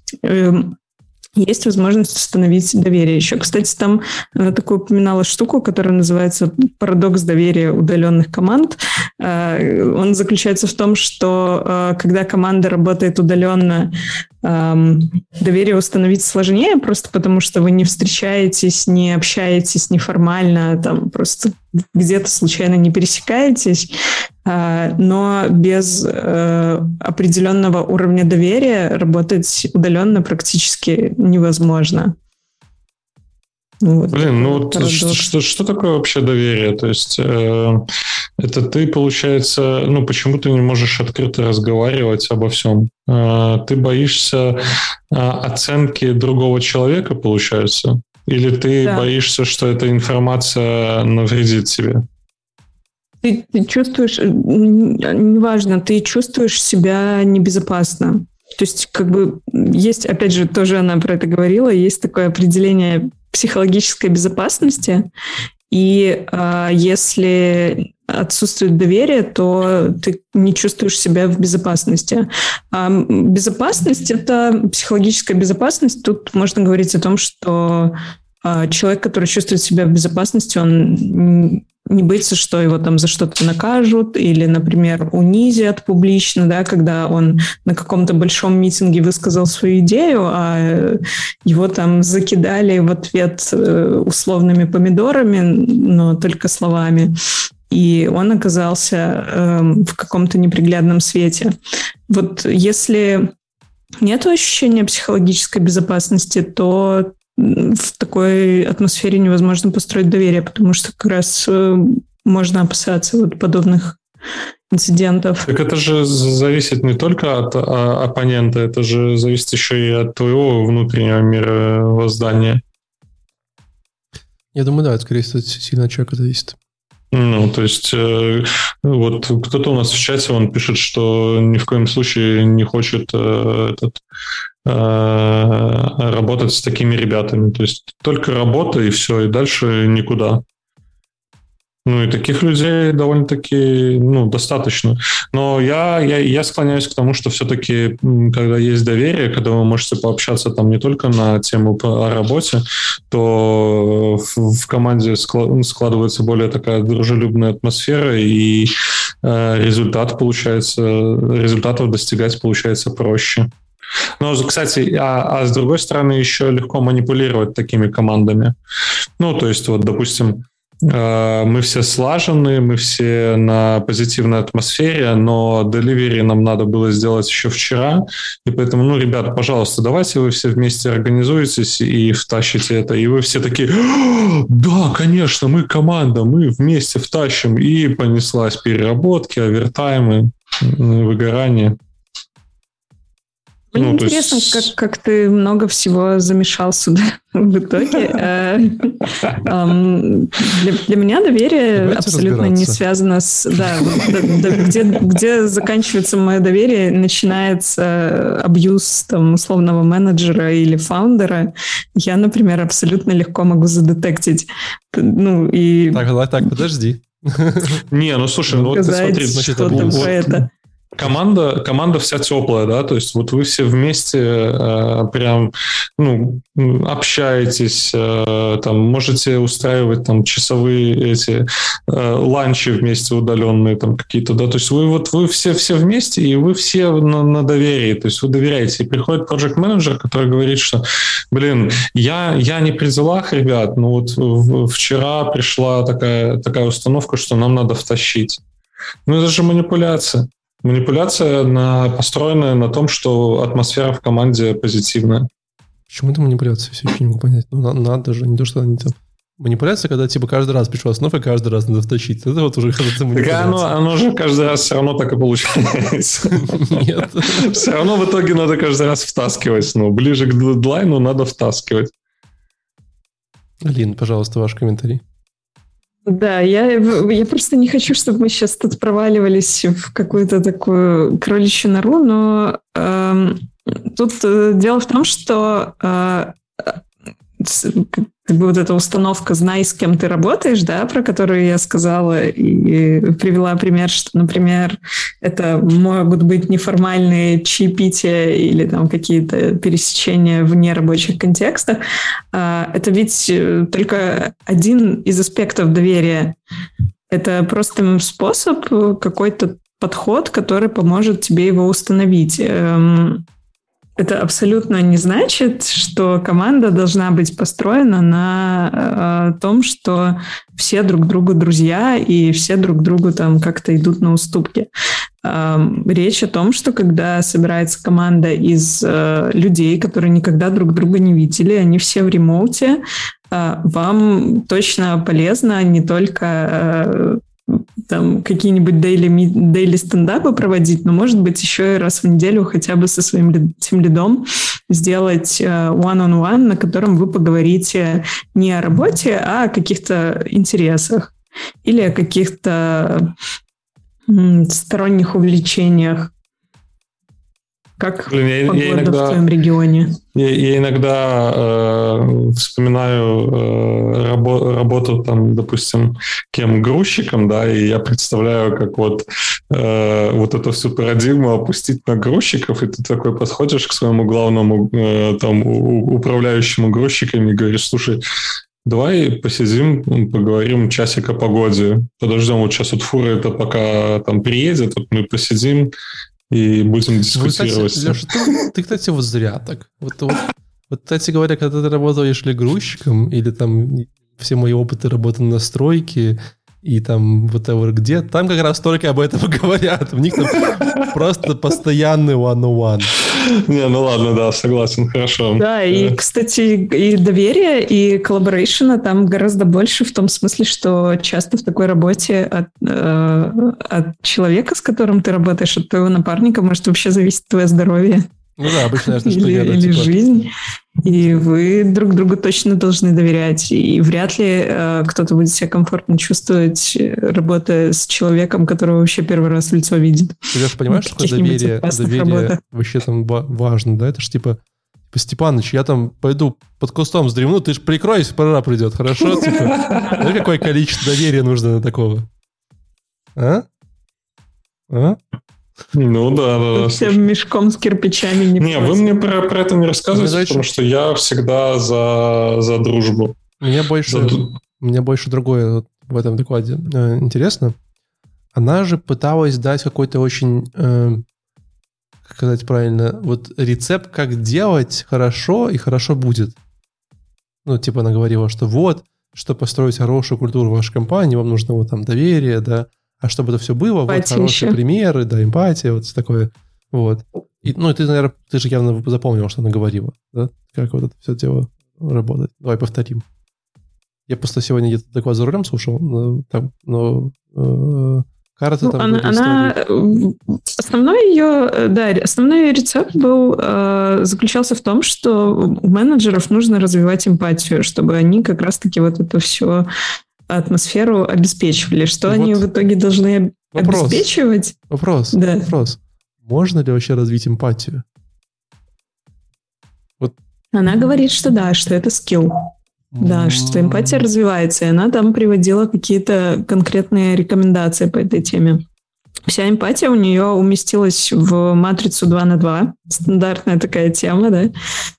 Есть возможность установить доверие. Еще, кстати, там она такую упоминала штуку, которая называется парадокс доверия удаленных команд. Он заключается в том, что когда команда работает удаленно, доверие установить сложнее, просто потому что вы не встречаетесь, не общаетесь неформально, там просто где-то случайно не пересекаетесь, но без определенного уровня доверия работать удаленно практически невозможно. Вот. Блин, ну вот что такое вообще доверие? То есть это ты, получается, почему ты не можешь открыто разговаривать обо всем? Ты боишься оценки другого человека, получается? Или ты боишься, что эта информация навредит тебе? Ты чувствуешь, неважно, ты чувствуешь себя небезопасно. То есть, есть, опять же, тоже она про это говорила, есть такое определение психологической безопасности, и если отсутствует доверие, то ты не чувствуешь себя в безопасности. А безопасность — это психологическая безопасность. Тут можно говорить о том, что человек, который чувствует себя в безопасности, он не боится, что его там за что-то накажут или, например, унизят публично, да, когда он на каком-то большом митинге высказал свою идею, а его там закидали в ответ условными помидорами, но только словами. И он оказался в каком-то неприглядном свете. Вот если нет ощущения психологической безопасности, то в такой атмосфере невозможно построить доверие, потому что как раз можно опасаться вот подобных инцидентов. Так это же зависит не только от оппонента, это же зависит еще и от твоего внутреннего мировоздания. Я думаю, да, это, скорее всего, сильно от человека зависит. То есть, вот кто-то у нас в чате, он пишет, что ни в коем случае не хочет работать с такими ребятами. То есть, только работа и все, и дальше никуда. И таких людей довольно-таки, достаточно. Но я склоняюсь к тому, что все-таки, когда есть доверие, когда вы можете пообщаться там не только на тему о работе, то в команде складывается более такая дружелюбная атмосфера, и результатов достигать получается проще. Но, кстати, с другой стороны, еще легко манипулировать такими командами. То есть, вот, допустим, мы все слажены, мы все на позитивной атмосфере, но деливери нам надо было сделать еще вчера, и поэтому, ребят, пожалуйста, давайте вы все вместе организуетесь и втащите это, и вы все такие: да, конечно, мы команда, мы вместе втащим, и понеслась переработки, овертаймы, выгорание. Мне интересно, как ты много всего замешал сюда в итоге. Для меня доверие абсолютно не связано с... Где заканчивается мое доверие, начинается абьюз условного менеджера или фаундера, я, например, абсолютно легко могу задетектить. Так, подожди. Слушай, вот ты смотри, значит, это... Команда вся теплая, да, то есть вот вы все вместе прям, общаетесь, там, можете устраивать там часовые эти ланчи вместе удаленные там какие-то, да, то есть вы все вместе, и вы все на доверии, то есть вы доверяете. И приходит проект-менеджер, который говорит, что, я не при делах, ребят, вчера пришла такая установка, что нам надо втащить. Это же манипуляция. Манипуляция построенная на том, что атмосфера в команде позитивная. Почему это манипуляция? Все еще не могу понять. Ну, надо же, не то, что они там... Манипуляция, когда типа каждый раз пришел основ, и каждый раз надо втащить. Это вот уже кажется манипуляция. Так оно же каждый раз все равно так и получается. Нет. Все равно в итоге надо каждый раз втаскивать. Ну, ближе к дедлайну надо втаскивать. Алин, пожалуйста, ваш комментарий. Да, я просто не хочу, чтобы мы сейчас тут проваливались в какую-то такую кроличью нору, но тут дело в том, что как бы вот эта установка «знай, с кем ты работаешь», да, про которую я сказала и привела пример, что, например, это могут быть неформальные чаепития или там какие-то пересечения в нерабочих контекстах. Это ведь только один из аспектов доверия. Это просто способ, какой-то подход, который поможет тебе его установить. Это абсолютно не значит, что команда должна быть построена на том, что все друг другу друзья и все друг другу там как-то идут на уступки. Речь о том, что когда собирается команда из людей, которые никогда друг друга не видели, они все в ремоуте, вам точно полезно не только там какие-нибудь дейли стендапы проводить, но, может быть, еще и раз в неделю хотя бы со своим тимлидом сделать one-on-one, на котором вы поговорите не о работе, а о каких-то интересах или о каких-то сторонних увлечениях. Как погода в твоем регионе? Я иногда вспоминаю работу там, допустим, грузчиком, да, и я представляю, как вот эту всю парадигму опустить на грузчиков, и ты такой подходишь к своему главному там управляющему грузчиками и говоришь: слушай, давай посидим, поговорим часик о погоде, подождем вот сейчас вот фура это пока там приедет, вот мы посидим и будем дискутировать. Кстати, Леша, ты, кстати, вот зря так. Вот, кстати говоря, когда ты работаешь ли грузчиком, или там все мои опыты работы на стройке, и там whatever где, там как раз только об этом говорят. В них там просто постоянный one-on-one. Не, ну ладно, да, согласен, хорошо. Да, и, кстати, и доверие, и коллаборейшена там гораздо больше в том смысле, что часто в такой работе от человека, с которым ты работаешь, от твоего напарника может вообще зависеть твое здоровье. Ну да, обычно это что или жизнь. И вы друг другу точно должны доверять. И вряд ли кто-то будет себя комфортно чувствовать, работая с человеком, которого вообще первый раз в лицо видит. Ты же понимаешь, что доверие вообще там важно, да? Это же типа Степаныч, я там пойду под кустом сдремну, ты же прикройся, пора придет, хорошо? Типа, ну какое количество доверия нужно на такого? А? Ну да. Всем мешком с кирпичами не вы мне про это не рассказываете, потому что я всегда за дружбу. Мне больше другое в этом докладе интересно. Она же пыталась дать какой-то очень, как сказать правильно, вот рецепт, как делать хорошо и хорошо будет. Ну, типа она говорила, что вот, чтобы построить хорошую культуру в вашей компании, вам нужно вот там доверие, да, а чтобы это все было, эмпатия вот хорошие еще. Примеры, да, эмпатия, вот такое, вот. И, ну, и ты, наверное, ты же явно запомнил, что она говорила, да, как вот это все дело работает. Давай повторим. Я просто сегодня где-то доклад за рулем слушал, но карты ну, там... Она основной ее рецепт был, заключался в том, что у менеджеров нужно развивать эмпатию, чтобы они как раз-таки вот это все... атмосферу обеспечивали. Что они в итоге должны обеспечивать? Вопрос. Можно ли вообще развить эмпатию? Вот. Она говорит, что да, что это скилл. Да, что эмпатия развивается, и она там приводила какие-то конкретные рекомендации по этой теме. Вся эмпатия у нее уместилась в матрицу 2×2. Стандартная такая тема, да?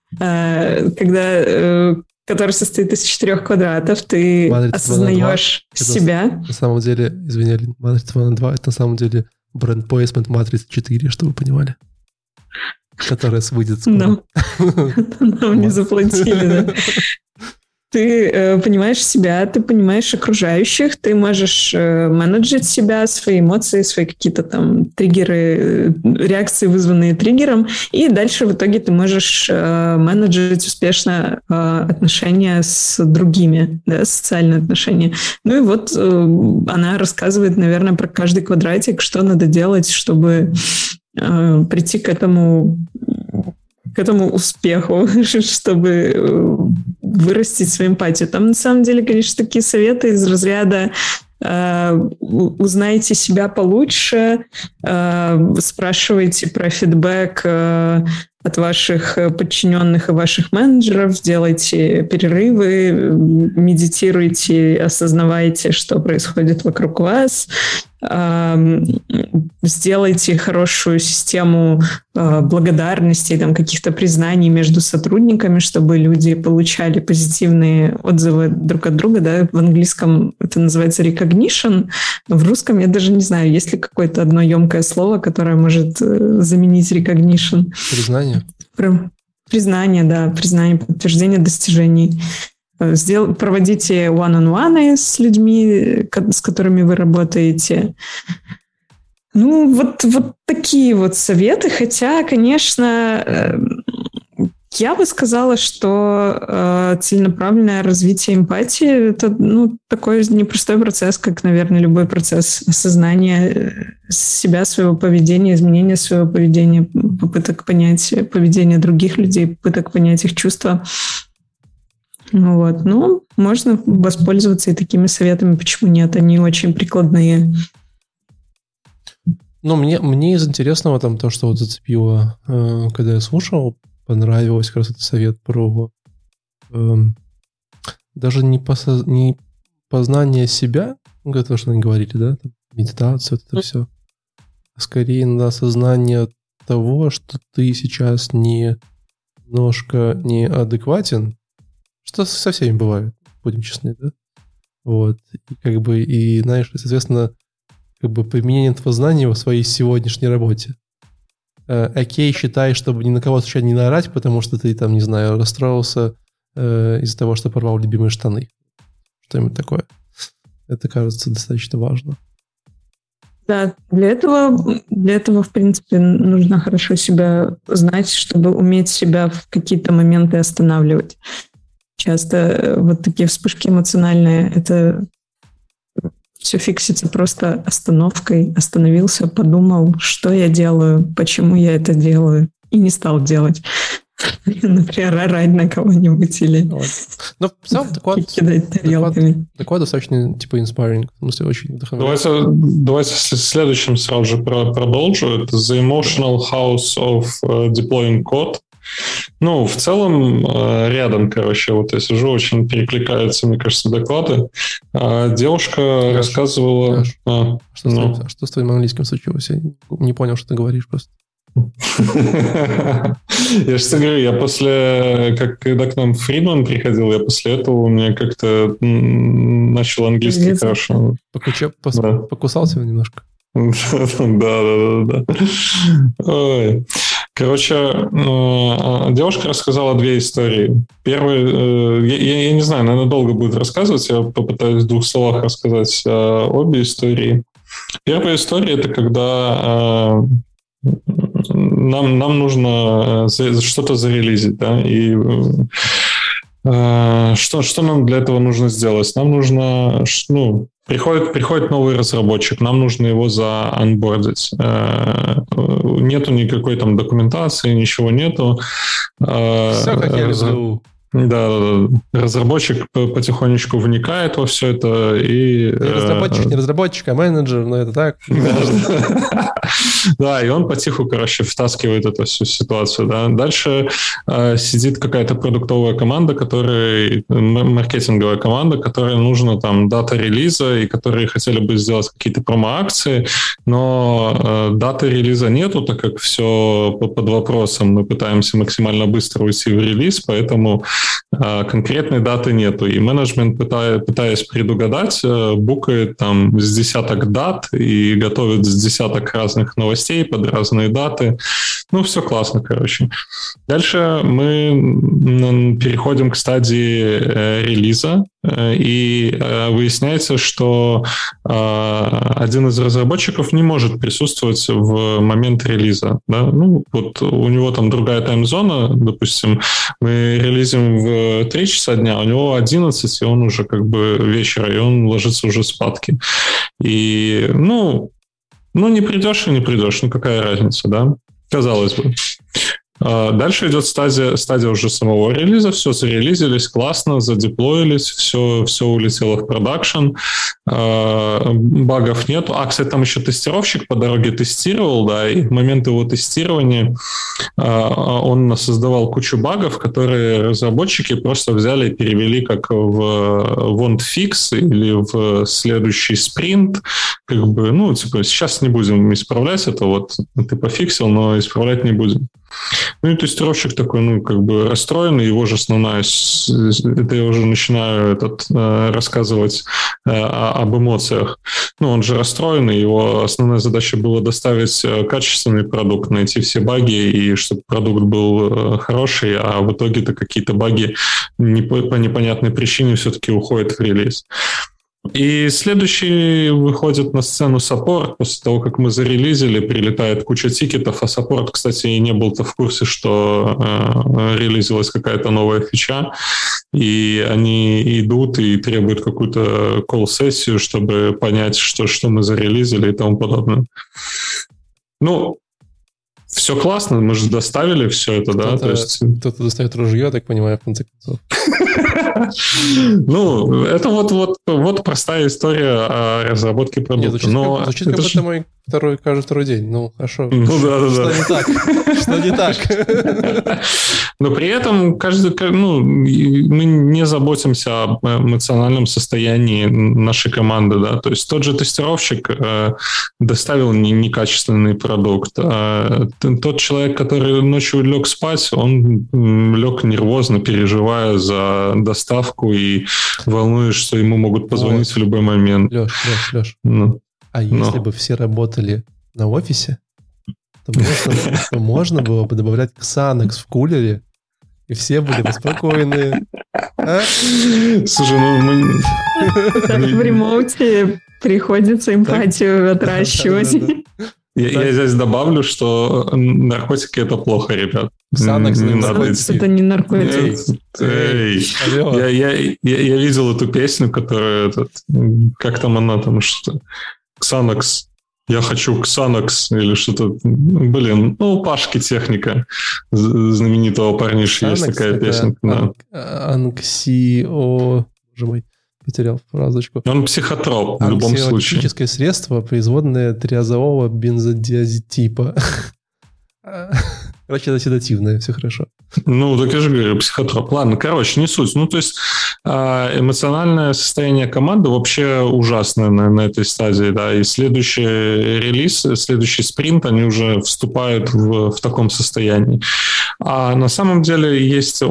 Которая состоит из 4 квадратов, ты осознаешь себя. На самом деле, извини, матрица 2×2 это на самом деле бренд-плейсмент матрицы 4, чтобы вы понимали. Которая выйдет скоро. Нам не заплатили, да. Ты понимаешь себя, ты понимаешь окружающих, ты можешь менеджить себя, свои эмоции, свои какие-то там триггеры, реакции, вызванные триггером, и дальше в итоге ты можешь менеджить успешно отношения с другими, да, социальные отношения. Ну и вот она рассказывает, наверное, про каждый квадратик, что надо делать, чтобы прийти к этому успеху, чтобы вырастить свою эмпатию. Там, на самом деле, конечно, такие советы из разряда узнайте себя получше, спрашивайте про фидбэк от ваших подчиненных и ваших менеджеров, делайте перерывы, медитируйте, осознавайте, что происходит вокруг вас, сделайте хорошую систему благодарности, там, каких-то признаний между сотрудниками, чтобы люди получали позитивные отзывы друг от друга. Да? В английском это называется recognition, в русском я даже не знаю, есть ли какое-то одно емкое слово, которое может заменить recognition. Признание. Признание, да, признание, подтверждение достижений. Проводите one-on-one с людьми, с которыми вы работаете. Ну, вот такие вот советы. Хотя, конечно, я бы сказала, что целенаправленное развитие эмпатии – это такой непростой процесс, как, наверное, любой процесс осознания себя, своего поведения, изменения своего поведения, попыток понять поведение других людей, попыток понять их чувства. Вот. Ну, можно воспользоваться и такими советами, почему нет, они очень прикладные. Ну, мне из интересного там то, что вот зацепило, когда я слушал, понравилось как раз этот совет про даже не познание себя, то, что они говорили, да, там, медитацию, это все, а скорее на осознание того, что ты сейчас немножко неадекватен, что со всеми бывает, будем честны, да? Вот. И знаешь, соответственно, применение этого знания в своей сегодняшней работе. Окей, считай, чтобы ни на кого случайно не наорать, потому что ты там, не знаю, расстроился из-за того, что порвал любимые штаны. Что-нибудь такое. Это, кажется, достаточно важно. Да, для этого, в принципе, нужно хорошо себя знать, чтобы уметь себя в какие-то моменты останавливать. Часто вот такие вспышки эмоциональные, это все фиксится просто остановкой. Остановился, подумал, что я делаю, почему я это делаю, и не стал делать. Например, орать на кого-нибудь или но в целом кидать тарелками. Такое достаточно inspiring, в смысле очень вдохновляет. Давайте следующим сразу же продолжу. Это The Emotional House of Deploying Code. Ну, в целом, рядом, вот я сижу, очень перекликаются, мне кажется, доклады. Девушка рассказывала... Что с твоим английским случилось? Я не понял, что ты говоришь просто. Я же говорю, когда к нам Фридман приходил, я после этого у меня как-то начал английский хорошо. Покусался немножко? Да. Ой. Короче, девушка рассказала две истории. Первая, я не знаю, наверное, долго будет рассказывать, я попытаюсь в 2 словах рассказать обе истории. Первая история – это когда нам нужно что-то зарелизить, да, и что нам для этого нужно сделать? Нам нужно, приходит новый разработчик, нам нужно его заонбордить. Нету никакой там документации, ничего нету. Все, как я люблю. Да. Разработчик потихонечку вникает во все это и... Не разработчик, а менеджер, но это так. Да, и он потиху, втаскивает эту всю ситуацию. Да. Дальше сидит какая-то продуктовая команда, маркетинговая команда, которой нужно там дата релиза, и которые хотели бы сделать какие-то промо-акции, но даты релиза нету, так как все под вопросом. Мы пытаемся максимально быстро уйти в релиз, поэтому конкретной даты нету. И менеджмент, пытаясь предугадать, букает там с десяток дат и готовит с десяток разных новостей, под разные даты. Ну, все классно, короче. Дальше мы переходим к стадии релиза, и выясняется, что один из разработчиков не может присутствовать в момент релиза. Да? Ну, вот у него там другая таймзона, допустим, мы релизим в 3 часа дня, у него 11, и он уже как бы вечер, и он ложится уже спадки. И, ну, не придешь и не придешь, ну, какая разница, да? Казалось бы. Дальше идет стадия уже самого релиза. Все зарелизились, классно, задеплоились, все улетело в продакшн, багов нету. Кстати, там еще тестировщик по дороге тестировал, да, и в момент его тестирования он создавал кучу багов, которые разработчики просто взяли и перевели как в want fix или в следующий спринт, как бы, ну, типа, сейчас не будем исправлять это, вот ты пофиксил, но исправлять не будем. Ну и тестировщик такой, ну, как бы расстроенный, его же основная, это я уже начинаю рассказывать об эмоциях. Ну, он же расстроенный, его основная задача была доставить качественный продукт, найти все баги, и чтобы продукт был хороший, а в итоге-то какие-то баги по непонятной причине все-таки уходят в релиз. И следующий выходит на сцену саппорт. После того, как мы зарелизили, прилетает куча тикетов, а саппорт, кстати, и не был-то в курсе, что релизилась какая-то новая фича, и они идут и требуют какую-то колл-сессию, чтобы понять, что мы зарелизили и тому подобное. Ну, все классно, мы же доставили все это, да? То есть... Кто-то достает ружье, я так понимаю, в конце концов. Ну, это вот простая история о разработке продукта. Звучит как будто мой второй день. Ну, хорошо. Ну, да. Что не так? Что не так? Но при этом мы не заботимся об эмоциональном состоянии нашей команды, да. То есть тот же тестировщик доставил некачественный продукт. Тот человек, который ночью лег спать, он лег нервозно, переживая за доставку и волнуясь, что ему могут позвонить в любой момент. Леш. Если бы все работали на офисе, то можно было бы добавлять Xanax в кулере, и все были бы спокойны. Слушай, мы... В ремоуте приходится эмпатию отращивать. Я здесь добавлю, что наркотики — это плохо, ребят. Xanax не надо идти. Это не наркотики. Я видел эту песню, которая... Как там она там что-то... Xanax. Я хочу Xanax или что-то... Блин, у Пашки Техника, знаменитого парниши, есть такая песня. Боже мой, потерял фразочку. Он психотроп в любом случае. Анксиолитическое средство, производное триазолового бензодиазепина. Короче, это седативное, все хорошо. Ну, так я же говорю, психотроп. Ладно, короче, не суть. Ну, то есть эмоциональное состояние команды вообще ужасное на этой стадии, да, и следующий релиз, следующий спринт, они уже вступают в таком состоянии. А на самом деле есть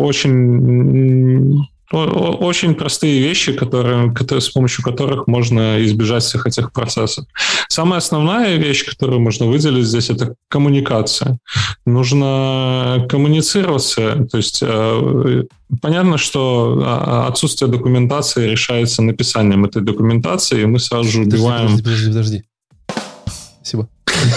очень простые вещи, с помощью которых можно избежать всех этих процессов. Самая основная вещь, которую можно выделить здесь, это коммуникация. Нужно коммуницироваться. То есть понятно, что отсутствие документации решается написанием этой документации, и мы сразу же убиваем... Подожди. Спасибо.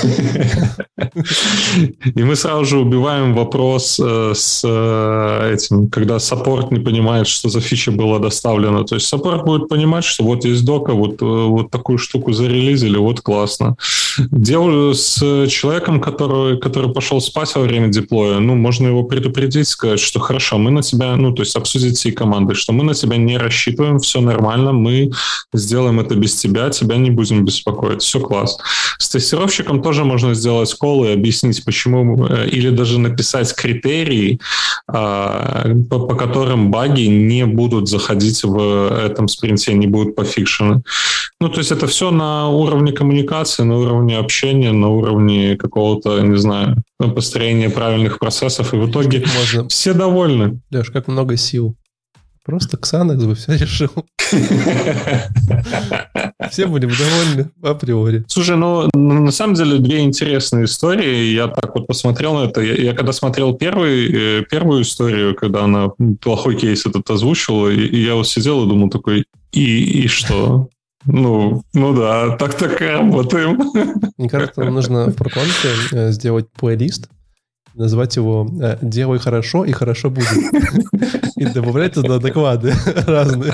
И мы сразу же убиваем вопрос с этим, когда саппорт не понимает, что за фича была доставлена. То есть саппорт будет понимать, что вот есть дока, вот такую штуку зарелизили, вот классно. Делаю с человеком, который пошел спать во время деплоя, можно его предупредить, сказать, что хорошо, мы на тебя, то есть обсудить всей командой, что мы на тебя не рассчитываем, все нормально, мы сделаем это без тебя не будем беспокоить, все класс. С тестировщиком тоже можно сделать колл и объяснить, почему, или даже написать критерии, по которым баги не будут заходить в этом спринте, не будут пофикшены. То есть это все на уровне коммуникации, на уровне общения, на уровне какого-то, не знаю, построения правильных процессов, и в итоге все довольны. Леш, как много сил. Просто Xanax бы все решил. Все будем довольны априори. Слушай, ну, на самом деле, две интересные истории. Я так вот посмотрел на это. Я когда смотрел первую историю, когда она плохой кейс этот озвучила, и я вот сидел и думал такой, и что? Ну да, так работаем. Мне кажется, нам нужно в проконте сделать плейлист, назвать его «Делай хорошо, и хорошо будет». И добавлять туда доклады разные.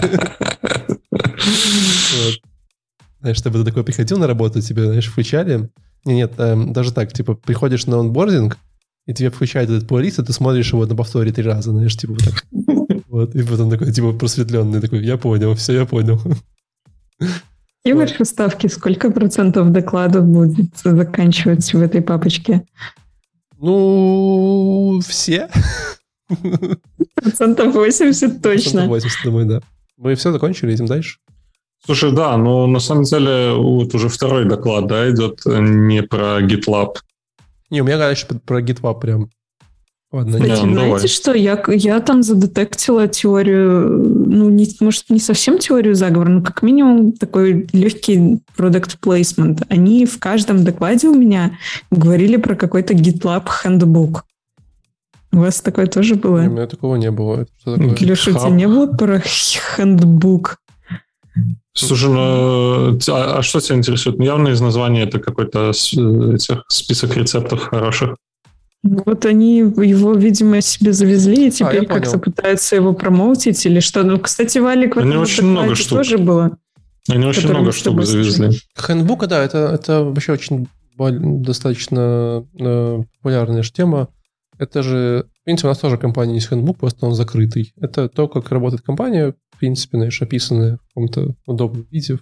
Знаешь, чтобы ты такой приходил на работу, тебе, знаешь, включали. Нет, даже так, типа, приходишь на онбординг, и тебе включают этот плейлист, и ты смотришь его на повторе 3 раза, знаешь, типа вот так. Вот, и потом такой, типа, просветленный, такой, я понял, все, я понял. И ваши ставки, сколько процентов докладов будет заканчиваться в этой папочке? Ну, все. 80% точно. 80%, думаю, да. Мы все закончили, идем дальше. Слушай, да, но на самом деле вот уже второй доклад, да, идет не про GitLab. Не, у меня дальше про GitLab прям. Ладно, кстати, знаете что, я там задетектила теорию, ну, может, не совсем теорию заговора, но как минимум такой легкий product placement. Они в каждом докладе у меня говорили про какой-то GitLab handbook. У вас такое тоже было? Не, у меня такого не было. Что такое? Леша, у тебя не было про handbook? Слушай, ну, а что тебя интересует? Явно из названия это какой-то список рецептов хороших. Вот они его, видимо, себе завезли и теперь как-то пытаются его промоутить или что. Ну, кстати, Валик в этом докладе тоже было. Они очень много штук завезли. Хэндбук, да, это вообще очень достаточно популярная же тема. Это же, в принципе, у нас тоже компания есть хэндбук, просто он закрытый. Это то, как работает компания, в принципе, знаешь, описанная в каком-то удобном виде.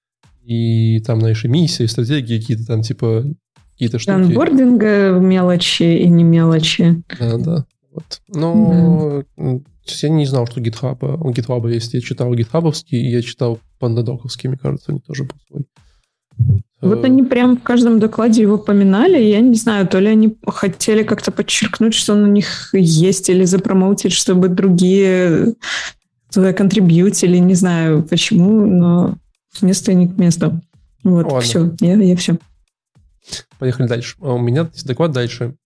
И там, знаешь, и миссия, и стратегии какие-то там, типа, какие-то штуки. Онбординга, мелочи и не мелочи. Да. Вот. Но я не знал, что у GitHub есть. Я читал гитхабовский, и я читал пандадоковский, мне кажется, у них тоже был свой. Вот они прям в каждом докладе его поминали, я не знаю, то ли они хотели как-то подчеркнуть, что он у них есть, или запромоутить, чтобы другие туда контрибьютили, не знаю почему, но с места не к месту. Вот, ладно. Все, я все. Поехали дальше. У меня есть доклад дальше.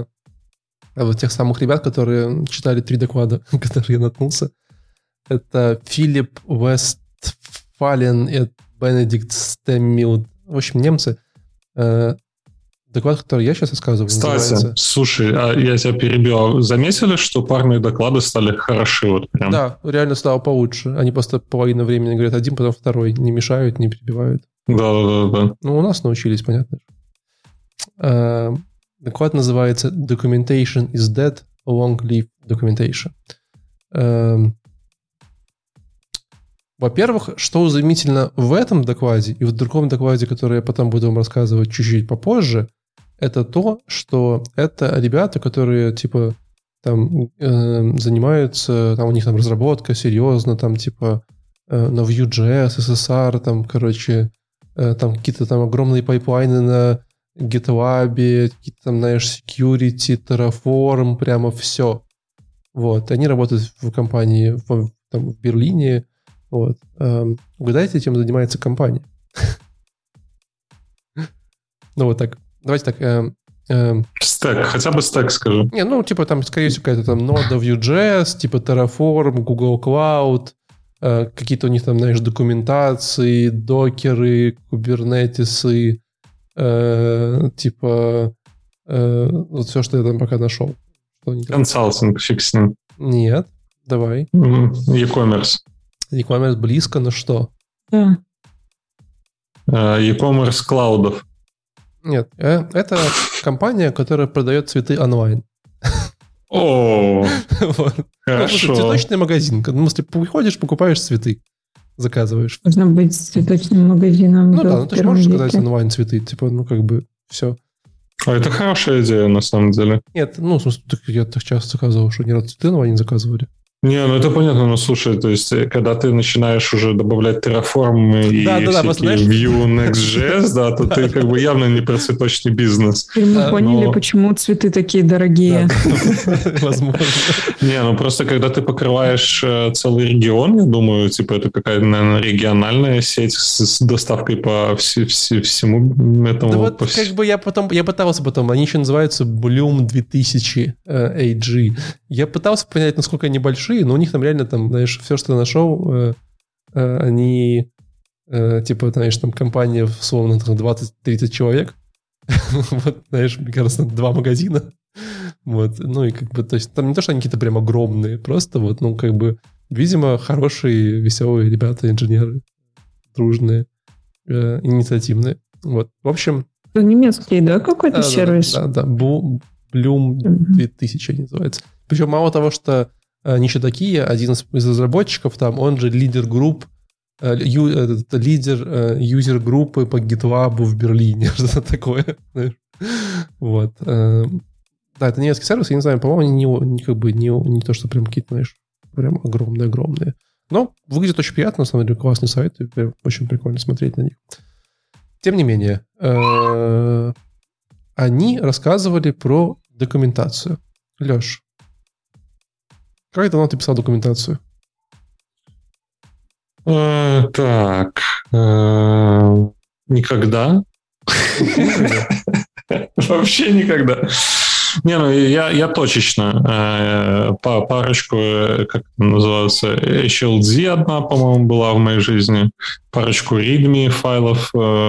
Вот тех самых ребят, которые читали 3 доклада, которые я наткнулся. Это Филипп Вестфален и Бенедикт Стэммилд. В общем, немцы. Доклад, который я сейчас рассказываю, кстати, называется... слушай, я тебя перебил. Заметили, что парные доклады стали хороши? Вот прям? Да, реально стало получше. Они просто половину времени говорят один, потом второй. Не мешают, не перебивают. Да. Ну, у нас научились, понятно. Доклад называется Documentation is dead, long live documentation. Во-первых, что удивительно в этом докладе и в другом докладе, который я потом буду вам рассказывать чуть-чуть попозже, это то, что это ребята, которые, типа, там занимаются, там у них там разработка серьезно, там, типа, на Vue.js, SSR, там, короче, там какие-то там огромные пайплайны на GitLab, какие-то там, знаешь, security, Terraform, прямо все. Вот. Они работают в компании в Берлине. Вот. Угадайте, чем занимается компания? Ну, вот так. Давайте так. Стек, хотя бы стек скажу. Не, ну, типа там, скорее всего, какая-то там нода Vue.js, типа Terraform, Google Cloud, какие-то у них там, знаешь, документации, докеры, кубернетисы, типа вот все, что я там пока нашел. Консалтинг, фиг с ним. Нет, давай. E-commerce. E-commerce близко, но что? Да. E-commerce клаудов. Нет, это компания, которая продает цветы онлайн. О, хорошо. Цветочный магазин. Ну, если приходишь, покупаешь цветы, заказываешь. Можно быть цветочным магазином. Ну да, ну ты же можешь заказать онлайн цветы, типа, ну как бы все. А это хорошая идея, на самом деле. Нет, ну, в смысле, я так часто заказывал, что ни разу цветы онлайн не заказывали. Не, ну это понятно, но слушай, то есть, когда ты начинаешь уже добавлять Terraform и всякие Vue, Next.js, да, то ты как бы явно не про цветочный бизнес. И мы поняли, почему цветы такие дорогие. Возможно. Не, ну просто когда ты покрываешь целый регион, я думаю, типа это какая-то, наверное, региональная сеть с доставкой по всему этому. Да вот как бы я пытался потом, они еще называются Bloom 2000 AG. Я пытался понять, насколько они большие, но у них там реально, там, знаешь, все, что я нашел, они, типа, знаешь, там компания, условно, 20-30 человек. Вот, знаешь, мне кажется, 2 магазина. Вот, ну и как бы, то есть там не то, что они какие-то прям огромные, просто вот, ну, как бы, видимо, хорошие, веселые ребята, инженеры, дружные, инициативные. Вот, в общем... Это немецкий, да, какой-то сервис? Да, Bloom 2000 называется. Причем мало того, что они еще такие, один из разработчиков там, он же лидер групп, лидер юзер-группы по GitLab в Берлине, что-то такое. Вот. Да, это немецкий сервис, я не знаю, по-моему, они не то, что прям какие-то, знаешь, прям огромные-огромные. Но выглядит очень приятно, на самом деле, классный сайт, и прям очень прикольно смотреть на них. Тем не менее, они рассказывали про документацию. Леш, как давно ты писал документацию? Так, никогда. Вообще никогда. Не, ну я точечно. Парочку, как это называется, HLD одна, по-моему, была в моей жизни. Парочку readme файлов.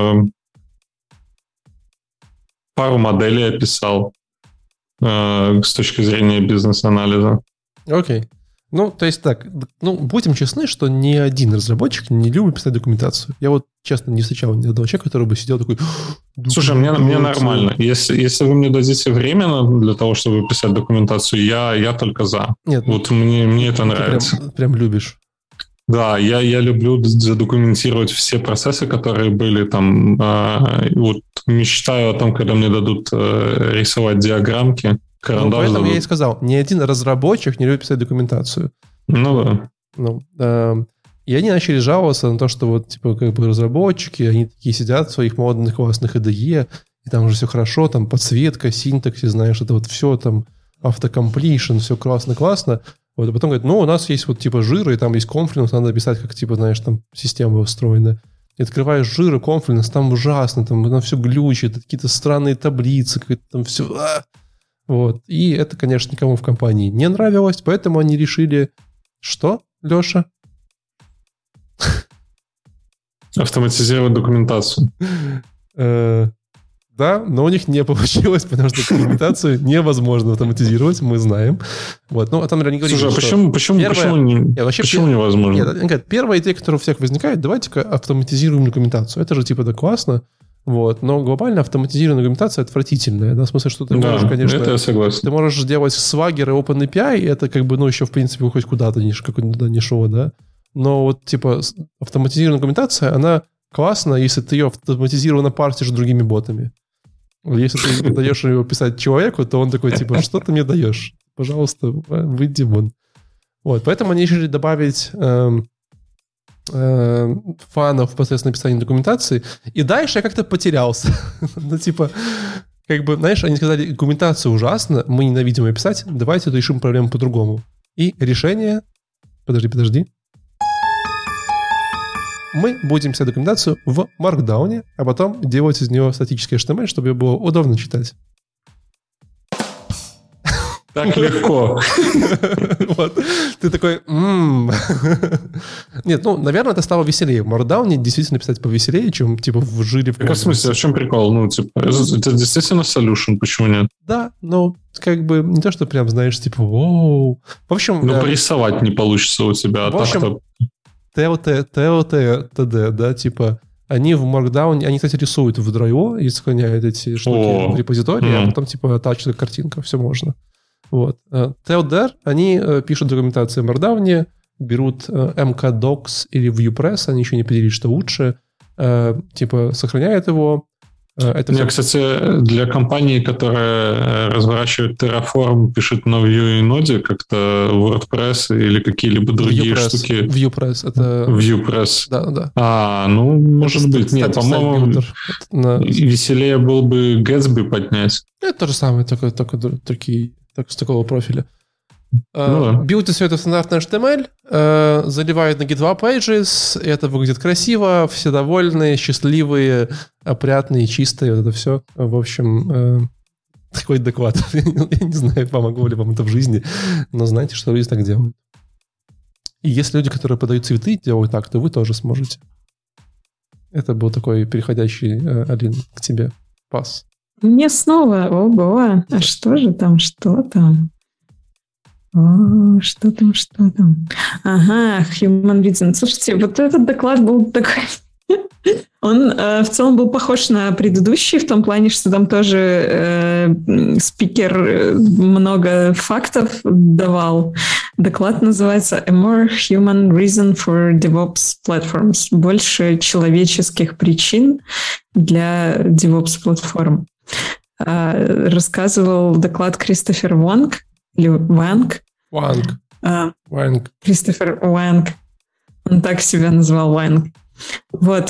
Пару моделей описал с точки зрения бизнес-анализа. Окей. Ну, то есть так, ну, будем честны, что ни один разработчик не любит писать документацию. Я вот, честно, не встречал ни одного человека, который бы сидел такой... Слушай, мне нормально. Если вы мне дадите время для того, чтобы писать документацию, я только за. Нет, вот мне это нравится. Прям любишь. Да, я люблю задокументировать все процессы, которые были там. Вот мечтаю о том, когда мне дадут рисовать диаграммки. Ну, поэтому я и сказал, ни один разработчик не любит писать документацию. Ну да. И они начали жаловаться на то, что вот, типа, как бы разработчики, они такие сидят в своих модных классных IDE, и там уже все хорошо, там подсветка, синтаксис, знаешь, это вот все там, автокомплишн, все классно-классно. Вот, а потом говорят, ну, у нас есть вот типа жира, и там есть Confluence, надо писать, как, типа, знаешь, там система устроена. И открываешь жир и Confluence, там ужасно, там все глючит, какие-то странные таблицы, какое-то там все... Вот. И это, конечно, никому в компании не нравилось, поэтому они решили... Что, Леша? Автоматизировать документацию. Да, но у них не получилось, потому что документацию невозможно автоматизировать, мы знаем. Вот. Ну, а там не говорили, слушай, а почему невозможно? Нет, первая идея, которая у всех возникает, давайте-ка автоматизируем документацию. Это же типа да классно. Вот, но глобально автоматизированная документация отвратительная. Да, в смысле, что ты можешь, конечно... это я согласен. Ты можешь делать Swagger и OpenAPI, и это как бы, ну, еще, в принципе, хоть куда-то не шло, да? Но вот, типа, автоматизированная документация, она классна, если ты ее автоматизированно партишь другими ботами. Если ты даешь его писать человеку, то он такой, типа, что ты мне даешь? Пожалуйста, выйди вон. Вот, поэтому они решили добавить... фанов в процесс написания документации, и дальше я как-то потерялся. Ну, типа, как бы, знаешь, они сказали, документация ужасна, мы ненавидим ее писать, давайте решим проблему по-другому. И решение... Подожди. Мы будем писать документацию в Markdown, а потом делать из нее статический HTML, чтобы ее было удобно читать. Так легко. Вот. Ты такой... Нет, ну, наверное, это стало веселее. В Markdown действительно писать повеселее, чем, типа, в жире. В каком смысле? В чем прикол? Ну, типа, это действительно solution, почему нет? Да, но как бы не то, что прям, знаешь, типа, воу. В общем... Ну, порисовать не получится у тебя, а так-то... TLT, да, типа... Они в Markdown, они, кстати, рисуют в Draw и сохраняют эти штуки в репозитории, а потом, типа, тачит картинка, все можно. Вот. TLDR, они пишут документацию в Markdown, берут MKDocs или ViewPress, они еще не определили, что лучше, типа, сохраняют его, Это Мне, кстати, для компании, которая разворачивает Terraform, пишет на Vue и Node, как-то WordPress или какие-либо другие штуки. VuePress. Это... VuePress. Да. Ну, может быть. Нет, по-моему, веселее был бы Gatsby поднять. Это то же самое, только с такого профиля. Билдит все это в стандартный HTML, заливает на Git 2 Pages, и это выглядит красиво, все довольны, счастливые, опрятные, чистые, вот это все. В общем, такой доклад. Я не знаю, помогло ли вам это в жизни, но знаете, что люди так делают. И если люди, которые подают цветы, делают так, то вы тоже сможете. Это был такой переходящий, Алин, к тебе пас. Мне снова, ого, а что же там, что там? Что там? Ага, Human Reason. Слушайте, вот этот доклад был такой... Он в целом был похож на предыдущий в том плане, что там тоже спикер много фактов давал. Доклад называется «A more human reason for DevOps platforms». Больше человеческих причин для DevOps-платформ. Рассказывал доклад Кристофер Вонг, или Ванг. Ванг. Кристофер Ванг. Он так себя назвал, Ванг. Вот.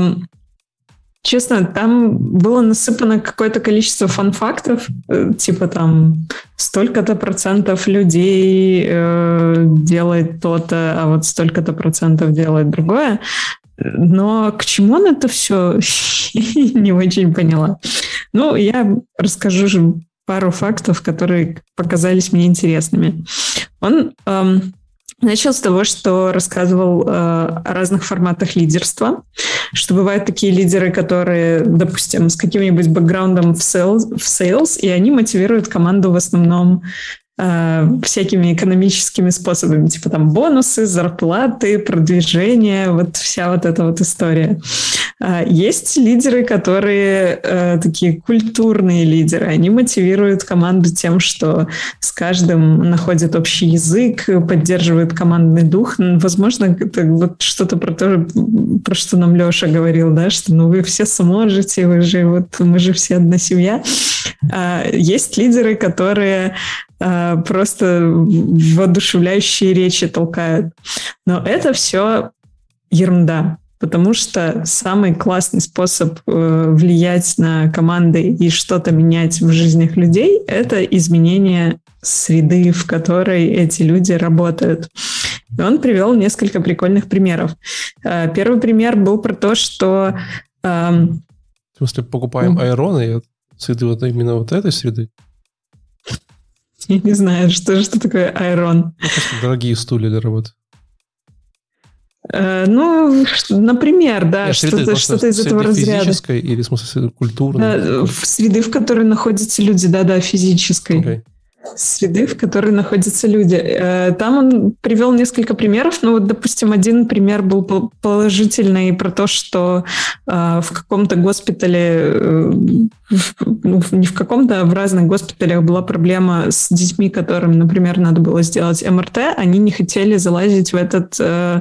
Честно, там было насыпано какое-то количество фан-фактов, типа там столько-то процентов людей делает то-то, а вот столько-то процентов делает другое. Но к чему он это все, не очень поняла. Ну, я расскажу же пару фактов, которые показались мне интересными. Он начал с того, что рассказывал о разных форматах лидерства, что бывают такие лидеры, которые, допустим, с каким-нибудь бэкграундом в sales, и они мотивируют команду в основном всякими экономическими способами, типа там бонусы, зарплаты, продвижение, вот вся вот эта вот история. Есть лидеры, которые такие культурные лидеры, они мотивируют команду тем, что с каждым находят общий язык, поддерживают командный дух. Возможно, это вот что-то про то, про что нам Леша говорил, да, что ну вы все сможете, мы же все одна семья. Есть лидеры, которые просто воодушевляющие речи толкают. Но это все ерунда, потому что самый классный способ влиять на команды и что-то менять в жизнях людей – это изменение среды, в которой эти люди работают. И он привел несколько прикольных примеров. Первый пример был про то, что... В смысле, покупаем айроны среды вот именно вот этой среды? Я не знаю, что такое айрон. Дорогие стулья для работы. Например, да, что-то из этого разряда. Физической или, в смысле, культурной? Среды, в которой находятся люди, да, физической. Okay. Среды, в которой находятся люди. Там он привел несколько примеров. Ну, вот, допустим, один пример был положительный про то, что в каком-то госпитале, не в каком-то, а в разных госпиталях была проблема с детьми, которым, например, надо было сделать МРТ. Они не хотели залазить в этот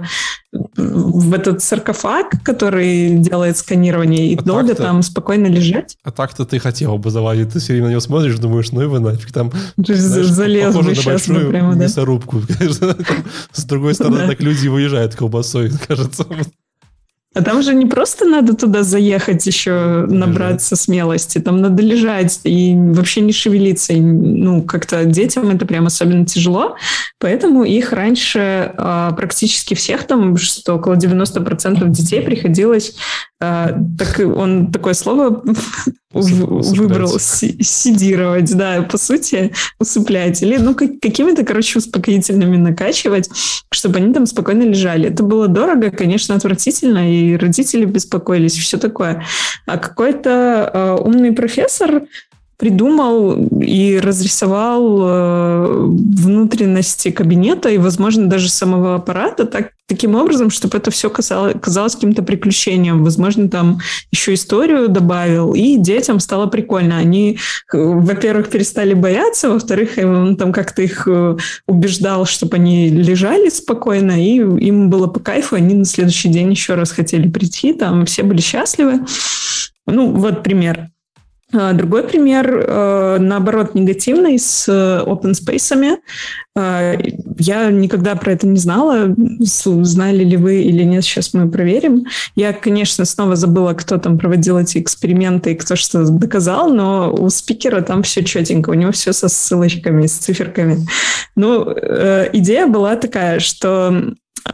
саркофаг, который делает сканирование, и долго там спокойно лежать. А так-то ты хотел бы залазить. Ты все время на него смотришь, думаешь, ну его нафиг. Там, залез бы сейчас, на прямо, да. Мясорубку. С другой стороны, так люди выезжают колбасой, кажется. А там же не просто надо туда заехать еще, набраться смелости. Там надо лежать и вообще не шевелиться. И, как-то детям это прям особенно тяжело. Поэтому их раньше практически всех, там, что около 90% детей приходилось... он такое слово выбрал, седировать, да, по сути, усыплять. Или, какими-то, успокоительными накачивать, чтобы они там спокойно лежали. Это было дорого, конечно, отвратительно, и родители беспокоились, все такое. А какой-то умный профессор придумал и разрисовал внутренности кабинета и, возможно, даже самого аппарата таким образом, чтобы это все казалось каким-то приключением. Возможно, там еще историю добавил, и детям стало прикольно. Они, во-первых, перестали бояться, во-вторых, он там как-то их убеждал, чтобы они лежали спокойно, и им было по кайфу, они на следующий день еще раз хотели прийти, там все были счастливы. Ну, вот пример. Другой пример, наоборот, негативный, с open space'ами. Я никогда про это не знала. Знали ли вы или нет, сейчас мы проверим. Я, конечно, снова забыла, кто там проводил эти эксперименты и кто что доказал, но у спикера там все четенько, у него все со ссылочками, с циферками. Ну, идея была такая, что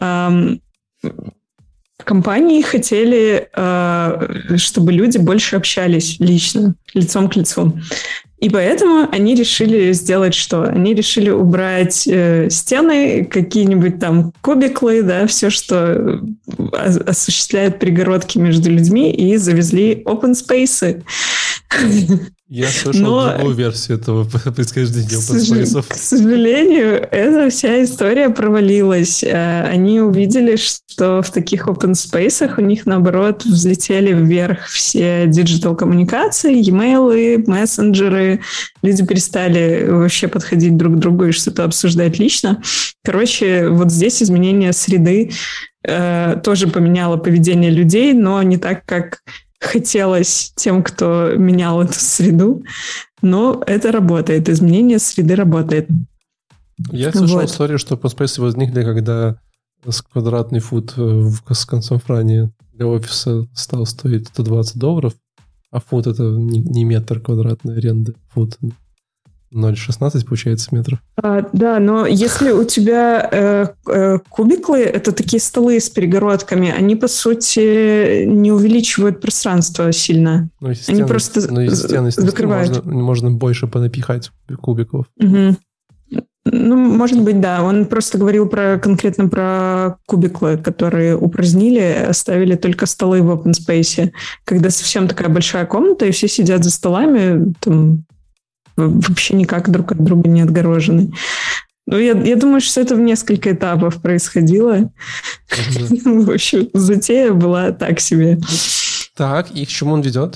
компании хотели, чтобы люди больше общались лично, лицом к лицу. И поэтому они решили сделать что? Они решили убрать стены, какие-нибудь там кубиклы, да, все, что осуществляет перегородки между людьми, и завезли open space. Я слышал другую версию этого происхождения open space. К сожалению, эта вся история провалилась. Они увидели, что в таких open space у них, наоборот, взлетели вверх все диджитал-коммуникации, e-mail, мессенджеры. Люди перестали вообще подходить друг к другу и что-то обсуждать лично. Короче, вот здесь изменение среды тоже поменяло поведение людей, но не так, как хотелось тем, кто менял эту среду, но это работает, изменение среды работает. Я слышал историю, что open space возникли, когда квадратный фут с концом франи для офиса стал стоить $120, а фут — это не метр квадратной аренды, фут 0,16, получается, метров. Да, но если у тебя кубиклы, это такие столы с перегородками, они, по сути, не увеличивают пространство сильно. Ну, они просто закрывают. Можно больше понапихать кубиков. Угу. Ну, может быть, да. Он просто говорил конкретно про кубиклы, которые упразднили, оставили только столы в open space. Когда совсем такая большая комната, и все сидят за столами, там вообще никак друг от друга не отгорожены. Ну, я думаю, что это в несколько этапов происходило. В общем, затея была так себе. Так, и к чему он ведет?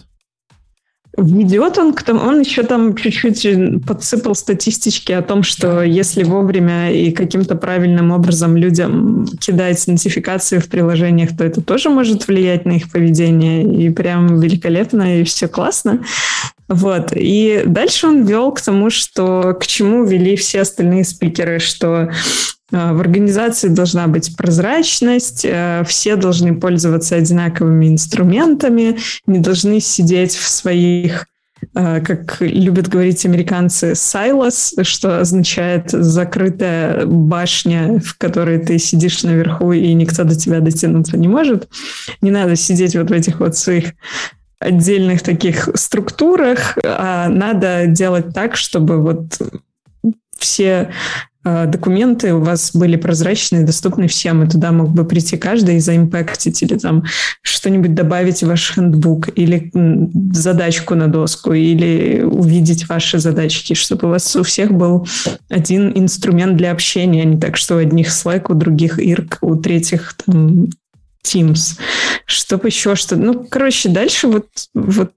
Ведет он к тому, он еще там чуть-чуть подсыпал статистички о том, что если вовремя и каким-то правильным образом людям кидать нотификации в приложениях, то это тоже может влиять на их поведение. И прям великолепно, и все классно. Вот. И дальше он вел к тому, что к чему вели все остальные спикеры, что в организации должна быть прозрачность, все должны пользоваться одинаковыми инструментами, не должны сидеть в своих, как любят говорить американцы, silos, что означает закрытая башня, в которой ты сидишь наверху, и никто до тебя дотянуться не может. Не надо сидеть вот в этих вот своих отдельных таких структурах, а надо делать так, чтобы вот все документы у вас были прозрачные, доступны всем, и туда мог бы прийти каждый и заимпактить, или там что-нибудь добавить в ваш хендбук, или задачку на доску, или увидеть ваши задачки, чтобы у вас у всех был один инструмент для общения, а не так, что у одних Slack, у других IRC, у третьих там Teams, чтобы еще что-то. Ну, короче, дальше вот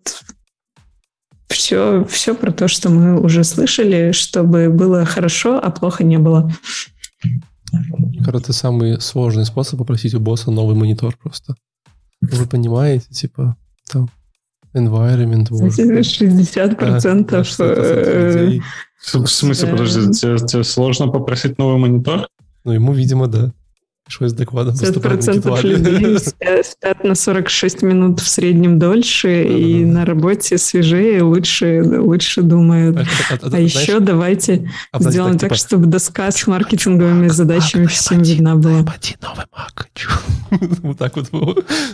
все про то, что мы уже слышали, чтобы было хорошо, а плохо не было. Это самый сложный способ попросить у босса новый монитор просто. Вы понимаете, типа, там, environment, work. 60%. В смысле, подожди, тебе сложно попросить новый монитор? Ну, ему, видимо, да. Пришлось докладом выступать на 50% людей спят на 46 минут в среднем дольше, и на работе свежее, лучше думают. А еще давайте сделаем так, чтобы доска с маркетинговыми задачами всем видна была. Новый Mac. Вот так вот было.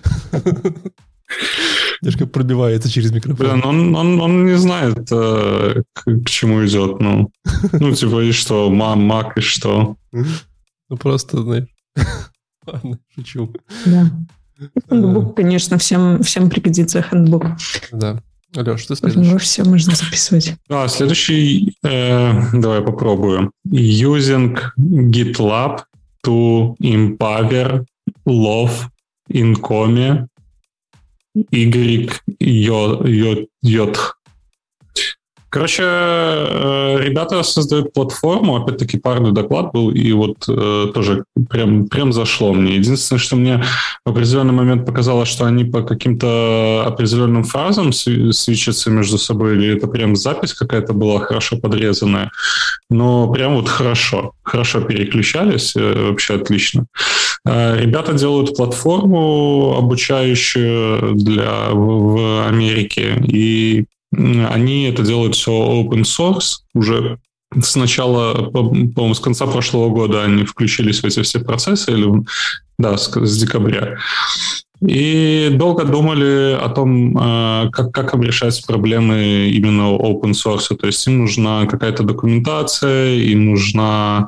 Девушка пробивается через микрофон. Блин, он не знает, к чему идет. Ну, типа, и что? Mac, и что? Ну, просто, знаешь. Ладно, шучу. Да. Хендбук, конечно, всем пригодится хендбук. Да. Алеш, ты следующий. Все можно записывать. Следующий, давай попробую. Using GitLab to empower love in commie YJ. Короче, ребята создают платформу, опять-таки парный доклад был, и вот тоже прям зашло мне. Единственное, что мне в определенный момент показалось, что они по каким-то определенным фразам свечатся между собой, или это прям запись какая-то была хорошо подрезанная, но прям вот хорошо переключались, вообще отлично. Ребята делают платформу обучающую в Америке, и они это делают все open source. Уже с начала, по-моему, с конца прошлого года они включились в эти все процессы, с декабря. И долго думали о том, как им решать проблемы именно open source. То есть им нужна какая-то документация, им нужен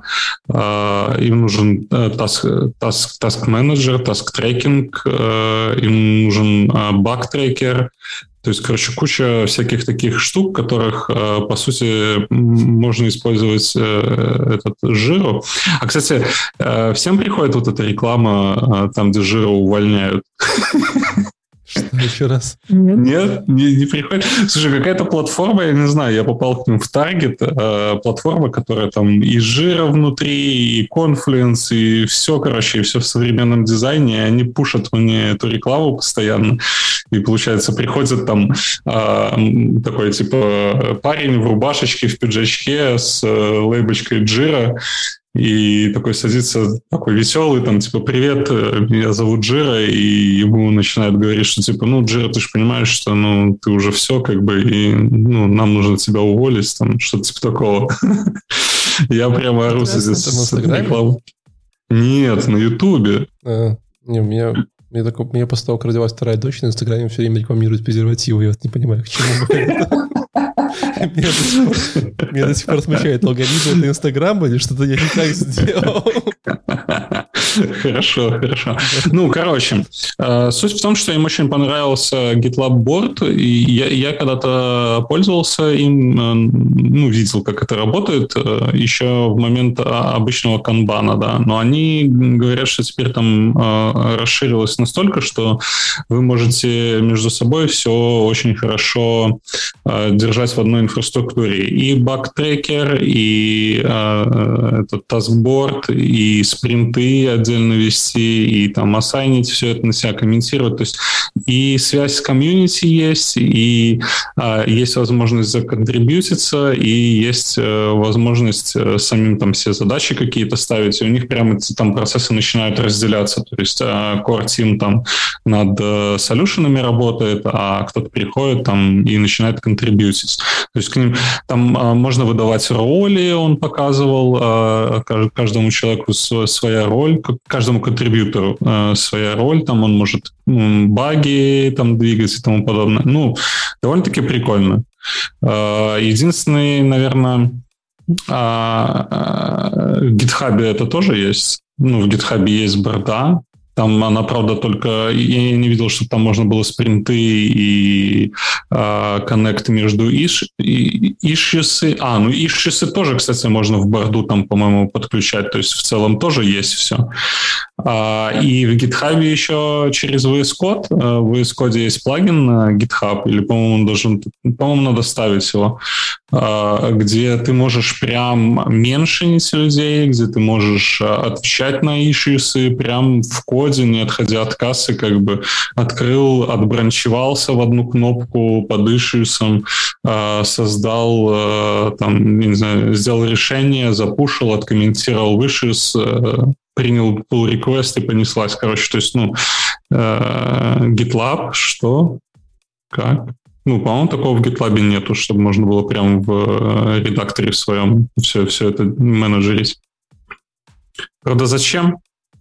task-менеджер, task-трекинг, им нужен баг-трекер. То есть, короче, куча всяких таких штук, которых, по сути, можно использовать этот Jira. А, кстати, всем приходит вот эта реклама, там, где Jira увольняют. Что, еще раз? Нет, не приходит. Слушай, какая-то платформа, я не знаю, я попал к ним в Target, платформа, которая там и Jira внутри, и Confluence, и все, короче, и все в современном дизайне, и они пушат мне эту рекламу постоянно. И, получается, приходит там такой, типа, парень в рубашечке, в пиджачке с лейбочкой Jira, и такой садится, такой веселый, там, типа, привет, меня зовут Jira, и ему начинают говорить, что, типа, Jira, ты же понимаешь, что, ты уже все, как бы, и, нам нужно тебя уволить, там, что-то типа такого. Я прямо ору здесь с рекламой. Нет, на Ютубе. Мне после того, как родилась вторая дочь, на Инстаграме все время рекламируют презервативы. Я вот не понимаю, к чему это. Меня до сих пор смущает алгоритм. Это Инстаграм или что-то я не так сделал? Хорошо. Короче, суть в том, что им очень понравился GitLab Board, и я когда-то пользовался им, видел, как это работает, еще в момент обычного канбана, да, но они говорят, что теперь там расширилось настолько, что вы можете между собой все очень хорошо держать в одной инфраструктуре. И баг-трекер, и этот таскборд, и спринты отдельно вести, и там ассайнить все это на себя, комментировать. То есть и связь с комьюнити есть, и есть возможность законтрибьютиться, и есть возможность самим там все задачи какие-то ставить, и у них прямо эти там процессы начинают разделяться. То есть core team там над солюшенами работает, а кто-то приходит там и начинает контрибьютить. То есть к ним там можно выдавать роли, он показывал, каждому человеку своя роль, каждому контрибьютору своя роль, там он может баги там двигать и тому подобное. Довольно-таки прикольно. Единственный, наверное, в GitHub это тоже есть. В GitHub есть борда. Там она, правда, только... Я не видел, что там можно было спринты и коннект между ишьюсы. Ишьюсы тоже, кстати, можно в борду там, по-моему, подключать. То есть в целом тоже есть все. И в GitHub еще через VS Code. В VS Code есть плагин на GitHub, или, по-моему, надо ставить его, где ты можешь прям меншинить людей, где ты можешь отвечать на ишьюсы прям в коде, не отходя от кассы, как бы открыл, отбранчевался в одну кнопку под ишьюсом, создал, там, не знаю, сделал решение, запушил, откомментировал в ишьюс, принял pull request и понеслась. Короче, то есть, GitLab, что? Как? По-моему, такого в GitLab нету, чтобы можно было прямо в редакторе своем все это менеджерить. Правда, зачем?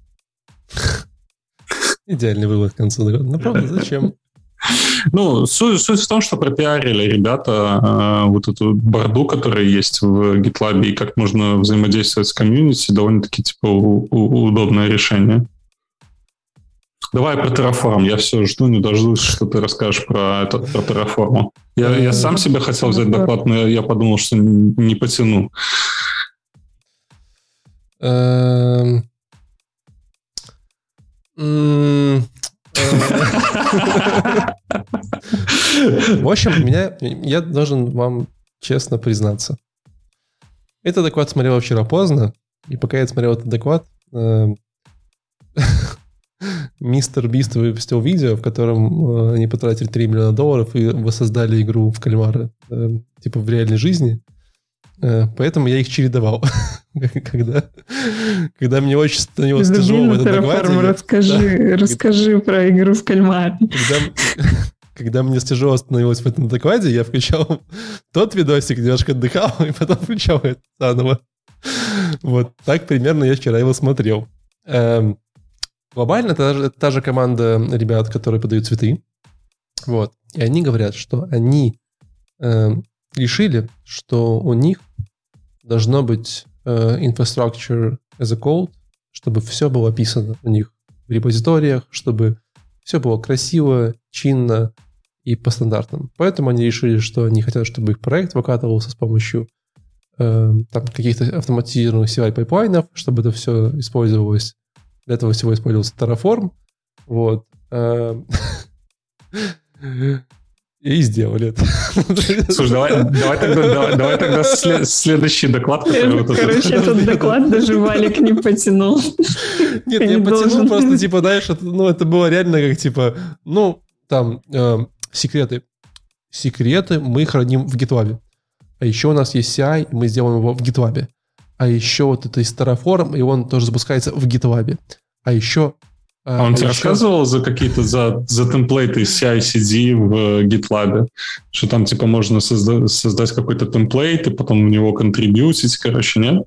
Идеальный вывод к концу года. Правда, зачем? Суть в том, что пропиарили ребята вот эту борду, которая есть в GitLab, и как можно взаимодействовать с комьюнити, довольно-таки удобное решение. Давай про Terraform. Я все жду, не дождусь, что ты расскажешь про Terraform. Я сам себе хотел взять доклад, но я подумал, что не потяну. В общем, я должен вам честно признаться. Этот доклад смотрел вчера поздно, и пока я смотрел этот доклад, Мистер Бист выпустил видео, в котором они потратили $3 миллиона и воссоздали игру в кальмары, типа в реальной жизни. Поэтому я их чередовал. Когда мне очень становилось тяжело в этом докладе... Расскажи про игру в кальмар. Когда мне тяжело становилось в этом докладе, я включал тот видосик, немножко отдыхал, и потом включал это заново. Вот так примерно я вчера его смотрел. Глобально это та же команда ребят, которые подают цветы. Вот. И они говорят, что они решили, что у них должно быть infrastructure as a code, чтобы все было описано у них в репозиториях, чтобы все было красиво, чинно и по стандартам. Поэтому они решили, что они хотят, чтобы их проект выкатывался с помощью там, каких-то автоматизированных CI-пайплайнов, чтобы это все использовалось. Для этого всего использовался Terraform. Вот. И сделали это. Слушай, давай тогда следующий доклад. Короче, этот доклад даже Валик не потянул. Нет, я потянул просто, типа, знаешь, это было реально как, типа, там, секреты. Секреты мы храним в GitLab. А еще у нас есть CI, и мы сделаем его в GitLab. А еще вот это из Terraform, и он тоже запускается в GitLab. А еще... он тебе рассказывал за какие-то за темплейты CI/CD в GitLab? Что там типа можно создать какой-то темплейт и потом в него контрибьютить, короче, нет?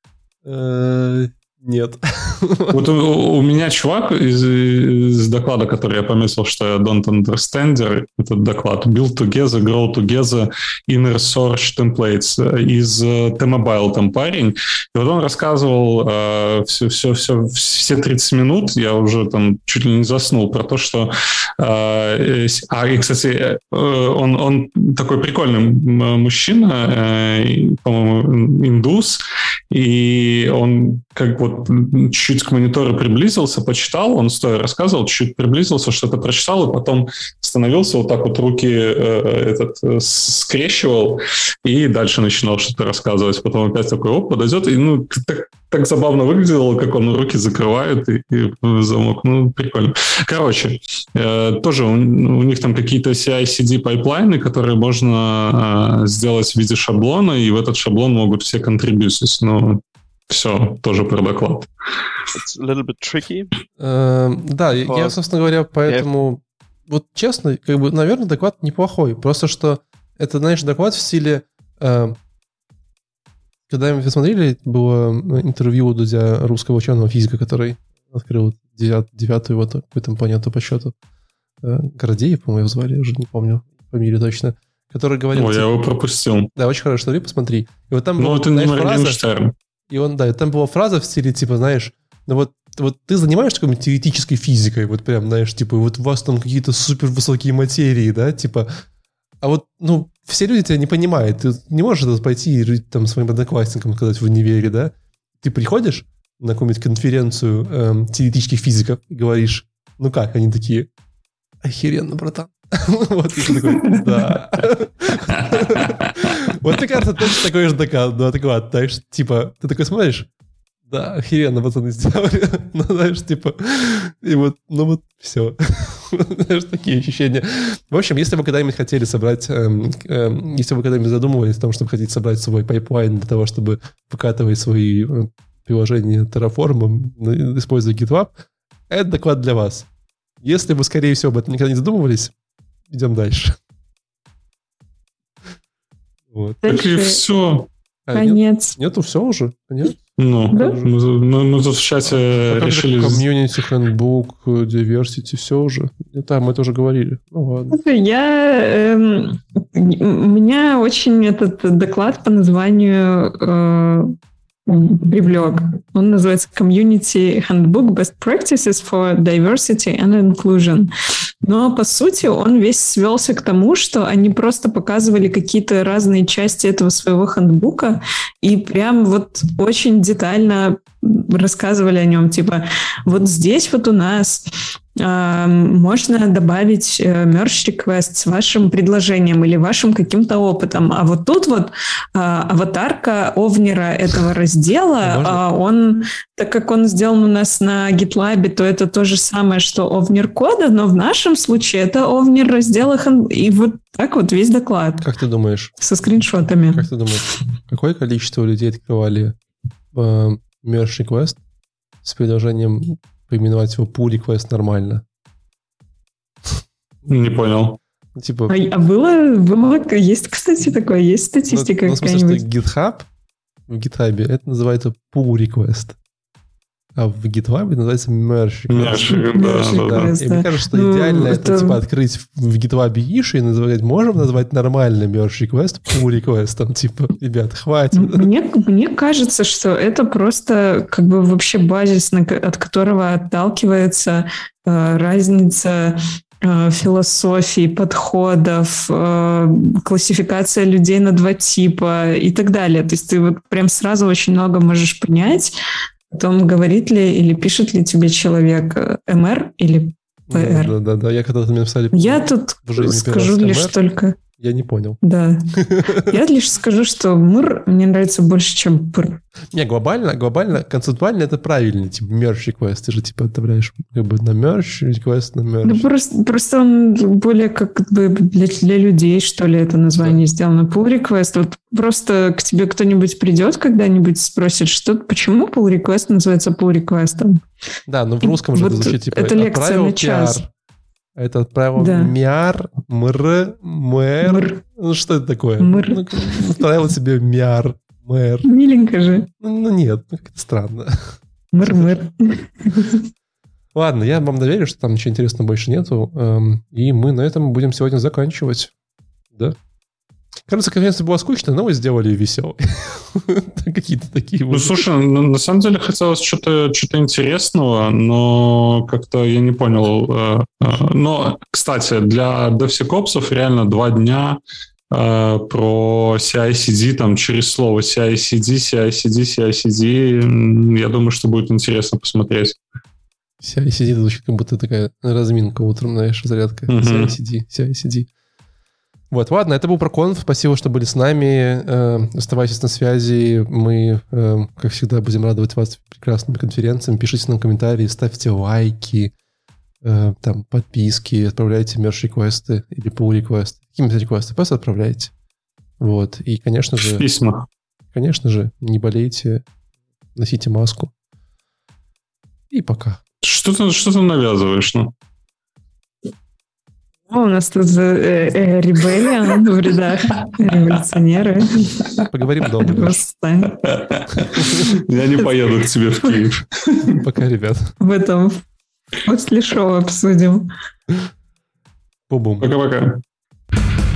Нет. Вот у меня чувак из доклада, который я пометил, что я don't understand, этот доклад Build Together, Grow Together, Inner Search Templates из T-Mobile там парень. И вот он рассказывал все 30 минут, я уже там чуть ли не заснул, про то, что... и, кстати, он такой прикольный мужчина, по-моему, индус, и он как вот чуть-чуть к монитору приблизился, почитал, он стоя рассказывал, чуть-чуть приблизился, что-то прочитал, и потом становился вот так вот руки скрещивал, и дальше начинал что-то рассказывать. Потом опять такой, подойдет, и так забавно выглядело, как он руки закрывает и замок. Прикольно. Короче, тоже у них там какие-то CI/CD пайплайны, которые можно сделать в виде шаблона, и в этот шаблон могут все контрибьютить. Все, тоже про доклад. It's a little bit tricky. Да, я, собственно говоря, поэтому... Вот честно, как бы, наверное, доклад неплохой. Просто что это, знаешь, доклад в стиле... Когда мы смотрели, было интервью у Дудя, русского ученого-физика, который открыл 9-ю вот какую-то планету по счету. Гордеев, по-моему, его звали, я уже не помню фамилию точно. Который говорил... я его пропустил. Да, очень хорошо, смотри, посмотри. И вот там была, это не Моргенштерн. И там была фраза в стиле, типа, знаешь, вот ты занимаешься какой-нибудь теоретической физикой, вот прям, знаешь, типа, вот у вас там какие-то супервысокие материи, да, типа, а вот, все люди тебя не понимают, ты не можешь это пойти и там своим одноклассникам сказать в универе, да, ты приходишь на какую-нибудь конференцию теоретических физиков и говоришь, как, они такие, охеренно, братан. Вот ты такой, да. Вот, мне кажется, точно такой же доклад. Так что, типа, ты такой смотришь, да, охеренно пацаны сделали. Знаешь, типа, и вот все. Знаешь, такие ощущения. В общем, если вы когда-нибудь хотели собрать, если вы когда-нибудь задумывались о том, чтобы хотите собрать свой пайплайн для того, чтобы выкатывать свои приложения Terraform, используя GitLab, это доклад для вас. Если вы, скорее всего, об этом никогда не задумывались, идем дальше. Вот. Так и все. Конец. Нету, все уже? Конец? Мы тут в чате решили... Community, handbook, diversity, все уже. Да, мы это уже говорили. Ладно. У меня очень этот доклад по названию привлек. Он называется Community Handbook Best Practices for Diversity and Inclusion. Но, по сути, он весь свелся к тому, что они просто показывали какие-то разные части этого своего хендбука и прям вот очень детально рассказывали о нем, типа, вот здесь вот у нас можно добавить merge request с вашим предложением или вашим каким-то опытом, а вот тут вот аватарка овнера этого раздела, он, так как он сделан у нас на GitLab, то это то же самое, что овнер кода, но в нашем случае это овнер раздела, и вот так вот весь доклад. Как ты думаешь? Со скриншотами. Как ты думаешь, какое количество людей открывали merge request с предложением поименовать его pull request нормально? Не понял. Типа... А было, есть, кстати, такое, есть статистика какая-нибудь? В смысле, что GitHub, в GitHub это называется pull request, а в GitLab называется merge request. Да. И мне кажется, что идеально это типа открыть в GitLab issue и называть, можем назвать нормальный merge request pull request, там типа, ребят, хватит. Мне кажется, что это просто как бы вообще базис, от которого отталкивается разница философий, подходов, классификация людей на два типа и так далее. То есть ты вот прям сразу очень много можешь понять о том, говорит ли или пишет ли тебе человек МР или ПР. Да. Я когда-то мне написали... Я тут скажу лишь только... Я не понял. Да. Я лишь скажу, что мыр мне нравится больше, чем пр. Не, глобально, концептуально это правильно. Типа merge request. Ты же типа отправляешь как бы на merge request, на merge. Ну, просто он более как бы для людей, что ли, это название сделано. Pull request. Вот просто к тебе кто-нибудь придет когда-нибудь, спросит, почему pull request называется pull request? Да, но в русском же это звучит типа это лекция на час. Это отправил мяр, мэр. Ну, что это такое? Мэр. Отправил тебе мяр, мэр. Миленько же. Ну, нет, как-то странно. Мэр. Ладно, я вам доверю, что там ничего интересного больше нету. И мы на этом будем сегодня заканчивать. Да? Кажется, конференция была скучная, но вы сделали веселой. Какие-то такие... Ну, слушай, на самом деле хотелось что-то интересного, но как-то я не понял. Но, кстати, для DevSecOps'ов реально 2 дня про CI/CD, там, через слово CI/CD, я думаю, что будет интересно посмотреть. CI/CD звучит как будто такая разминка утром, знаешь, зарядка. CI/CD. Вот, ладно, это был ProConf. Спасибо, что были с нами. Оставайтесь на связи. Мы, как всегда, будем радовать вас прекрасными конференциями. Пишите нам комментарии, ставьте лайки, там, подписки, отправляйте merge-реквесты или pull-реквесты. Какие-нибудь реквесты просто отправляйте. Вот. И, конечно же... Письма. Конечно же, не болейте, носите маску. И пока. Что ты навязываешь, ну? У нас тут ребеллион в рядах, революционеры. Поговорим дома. Я не поеду к тебе в Киев. Пока, ребят. В этом после шоу обсудим. Бу-бум. Пока-пока.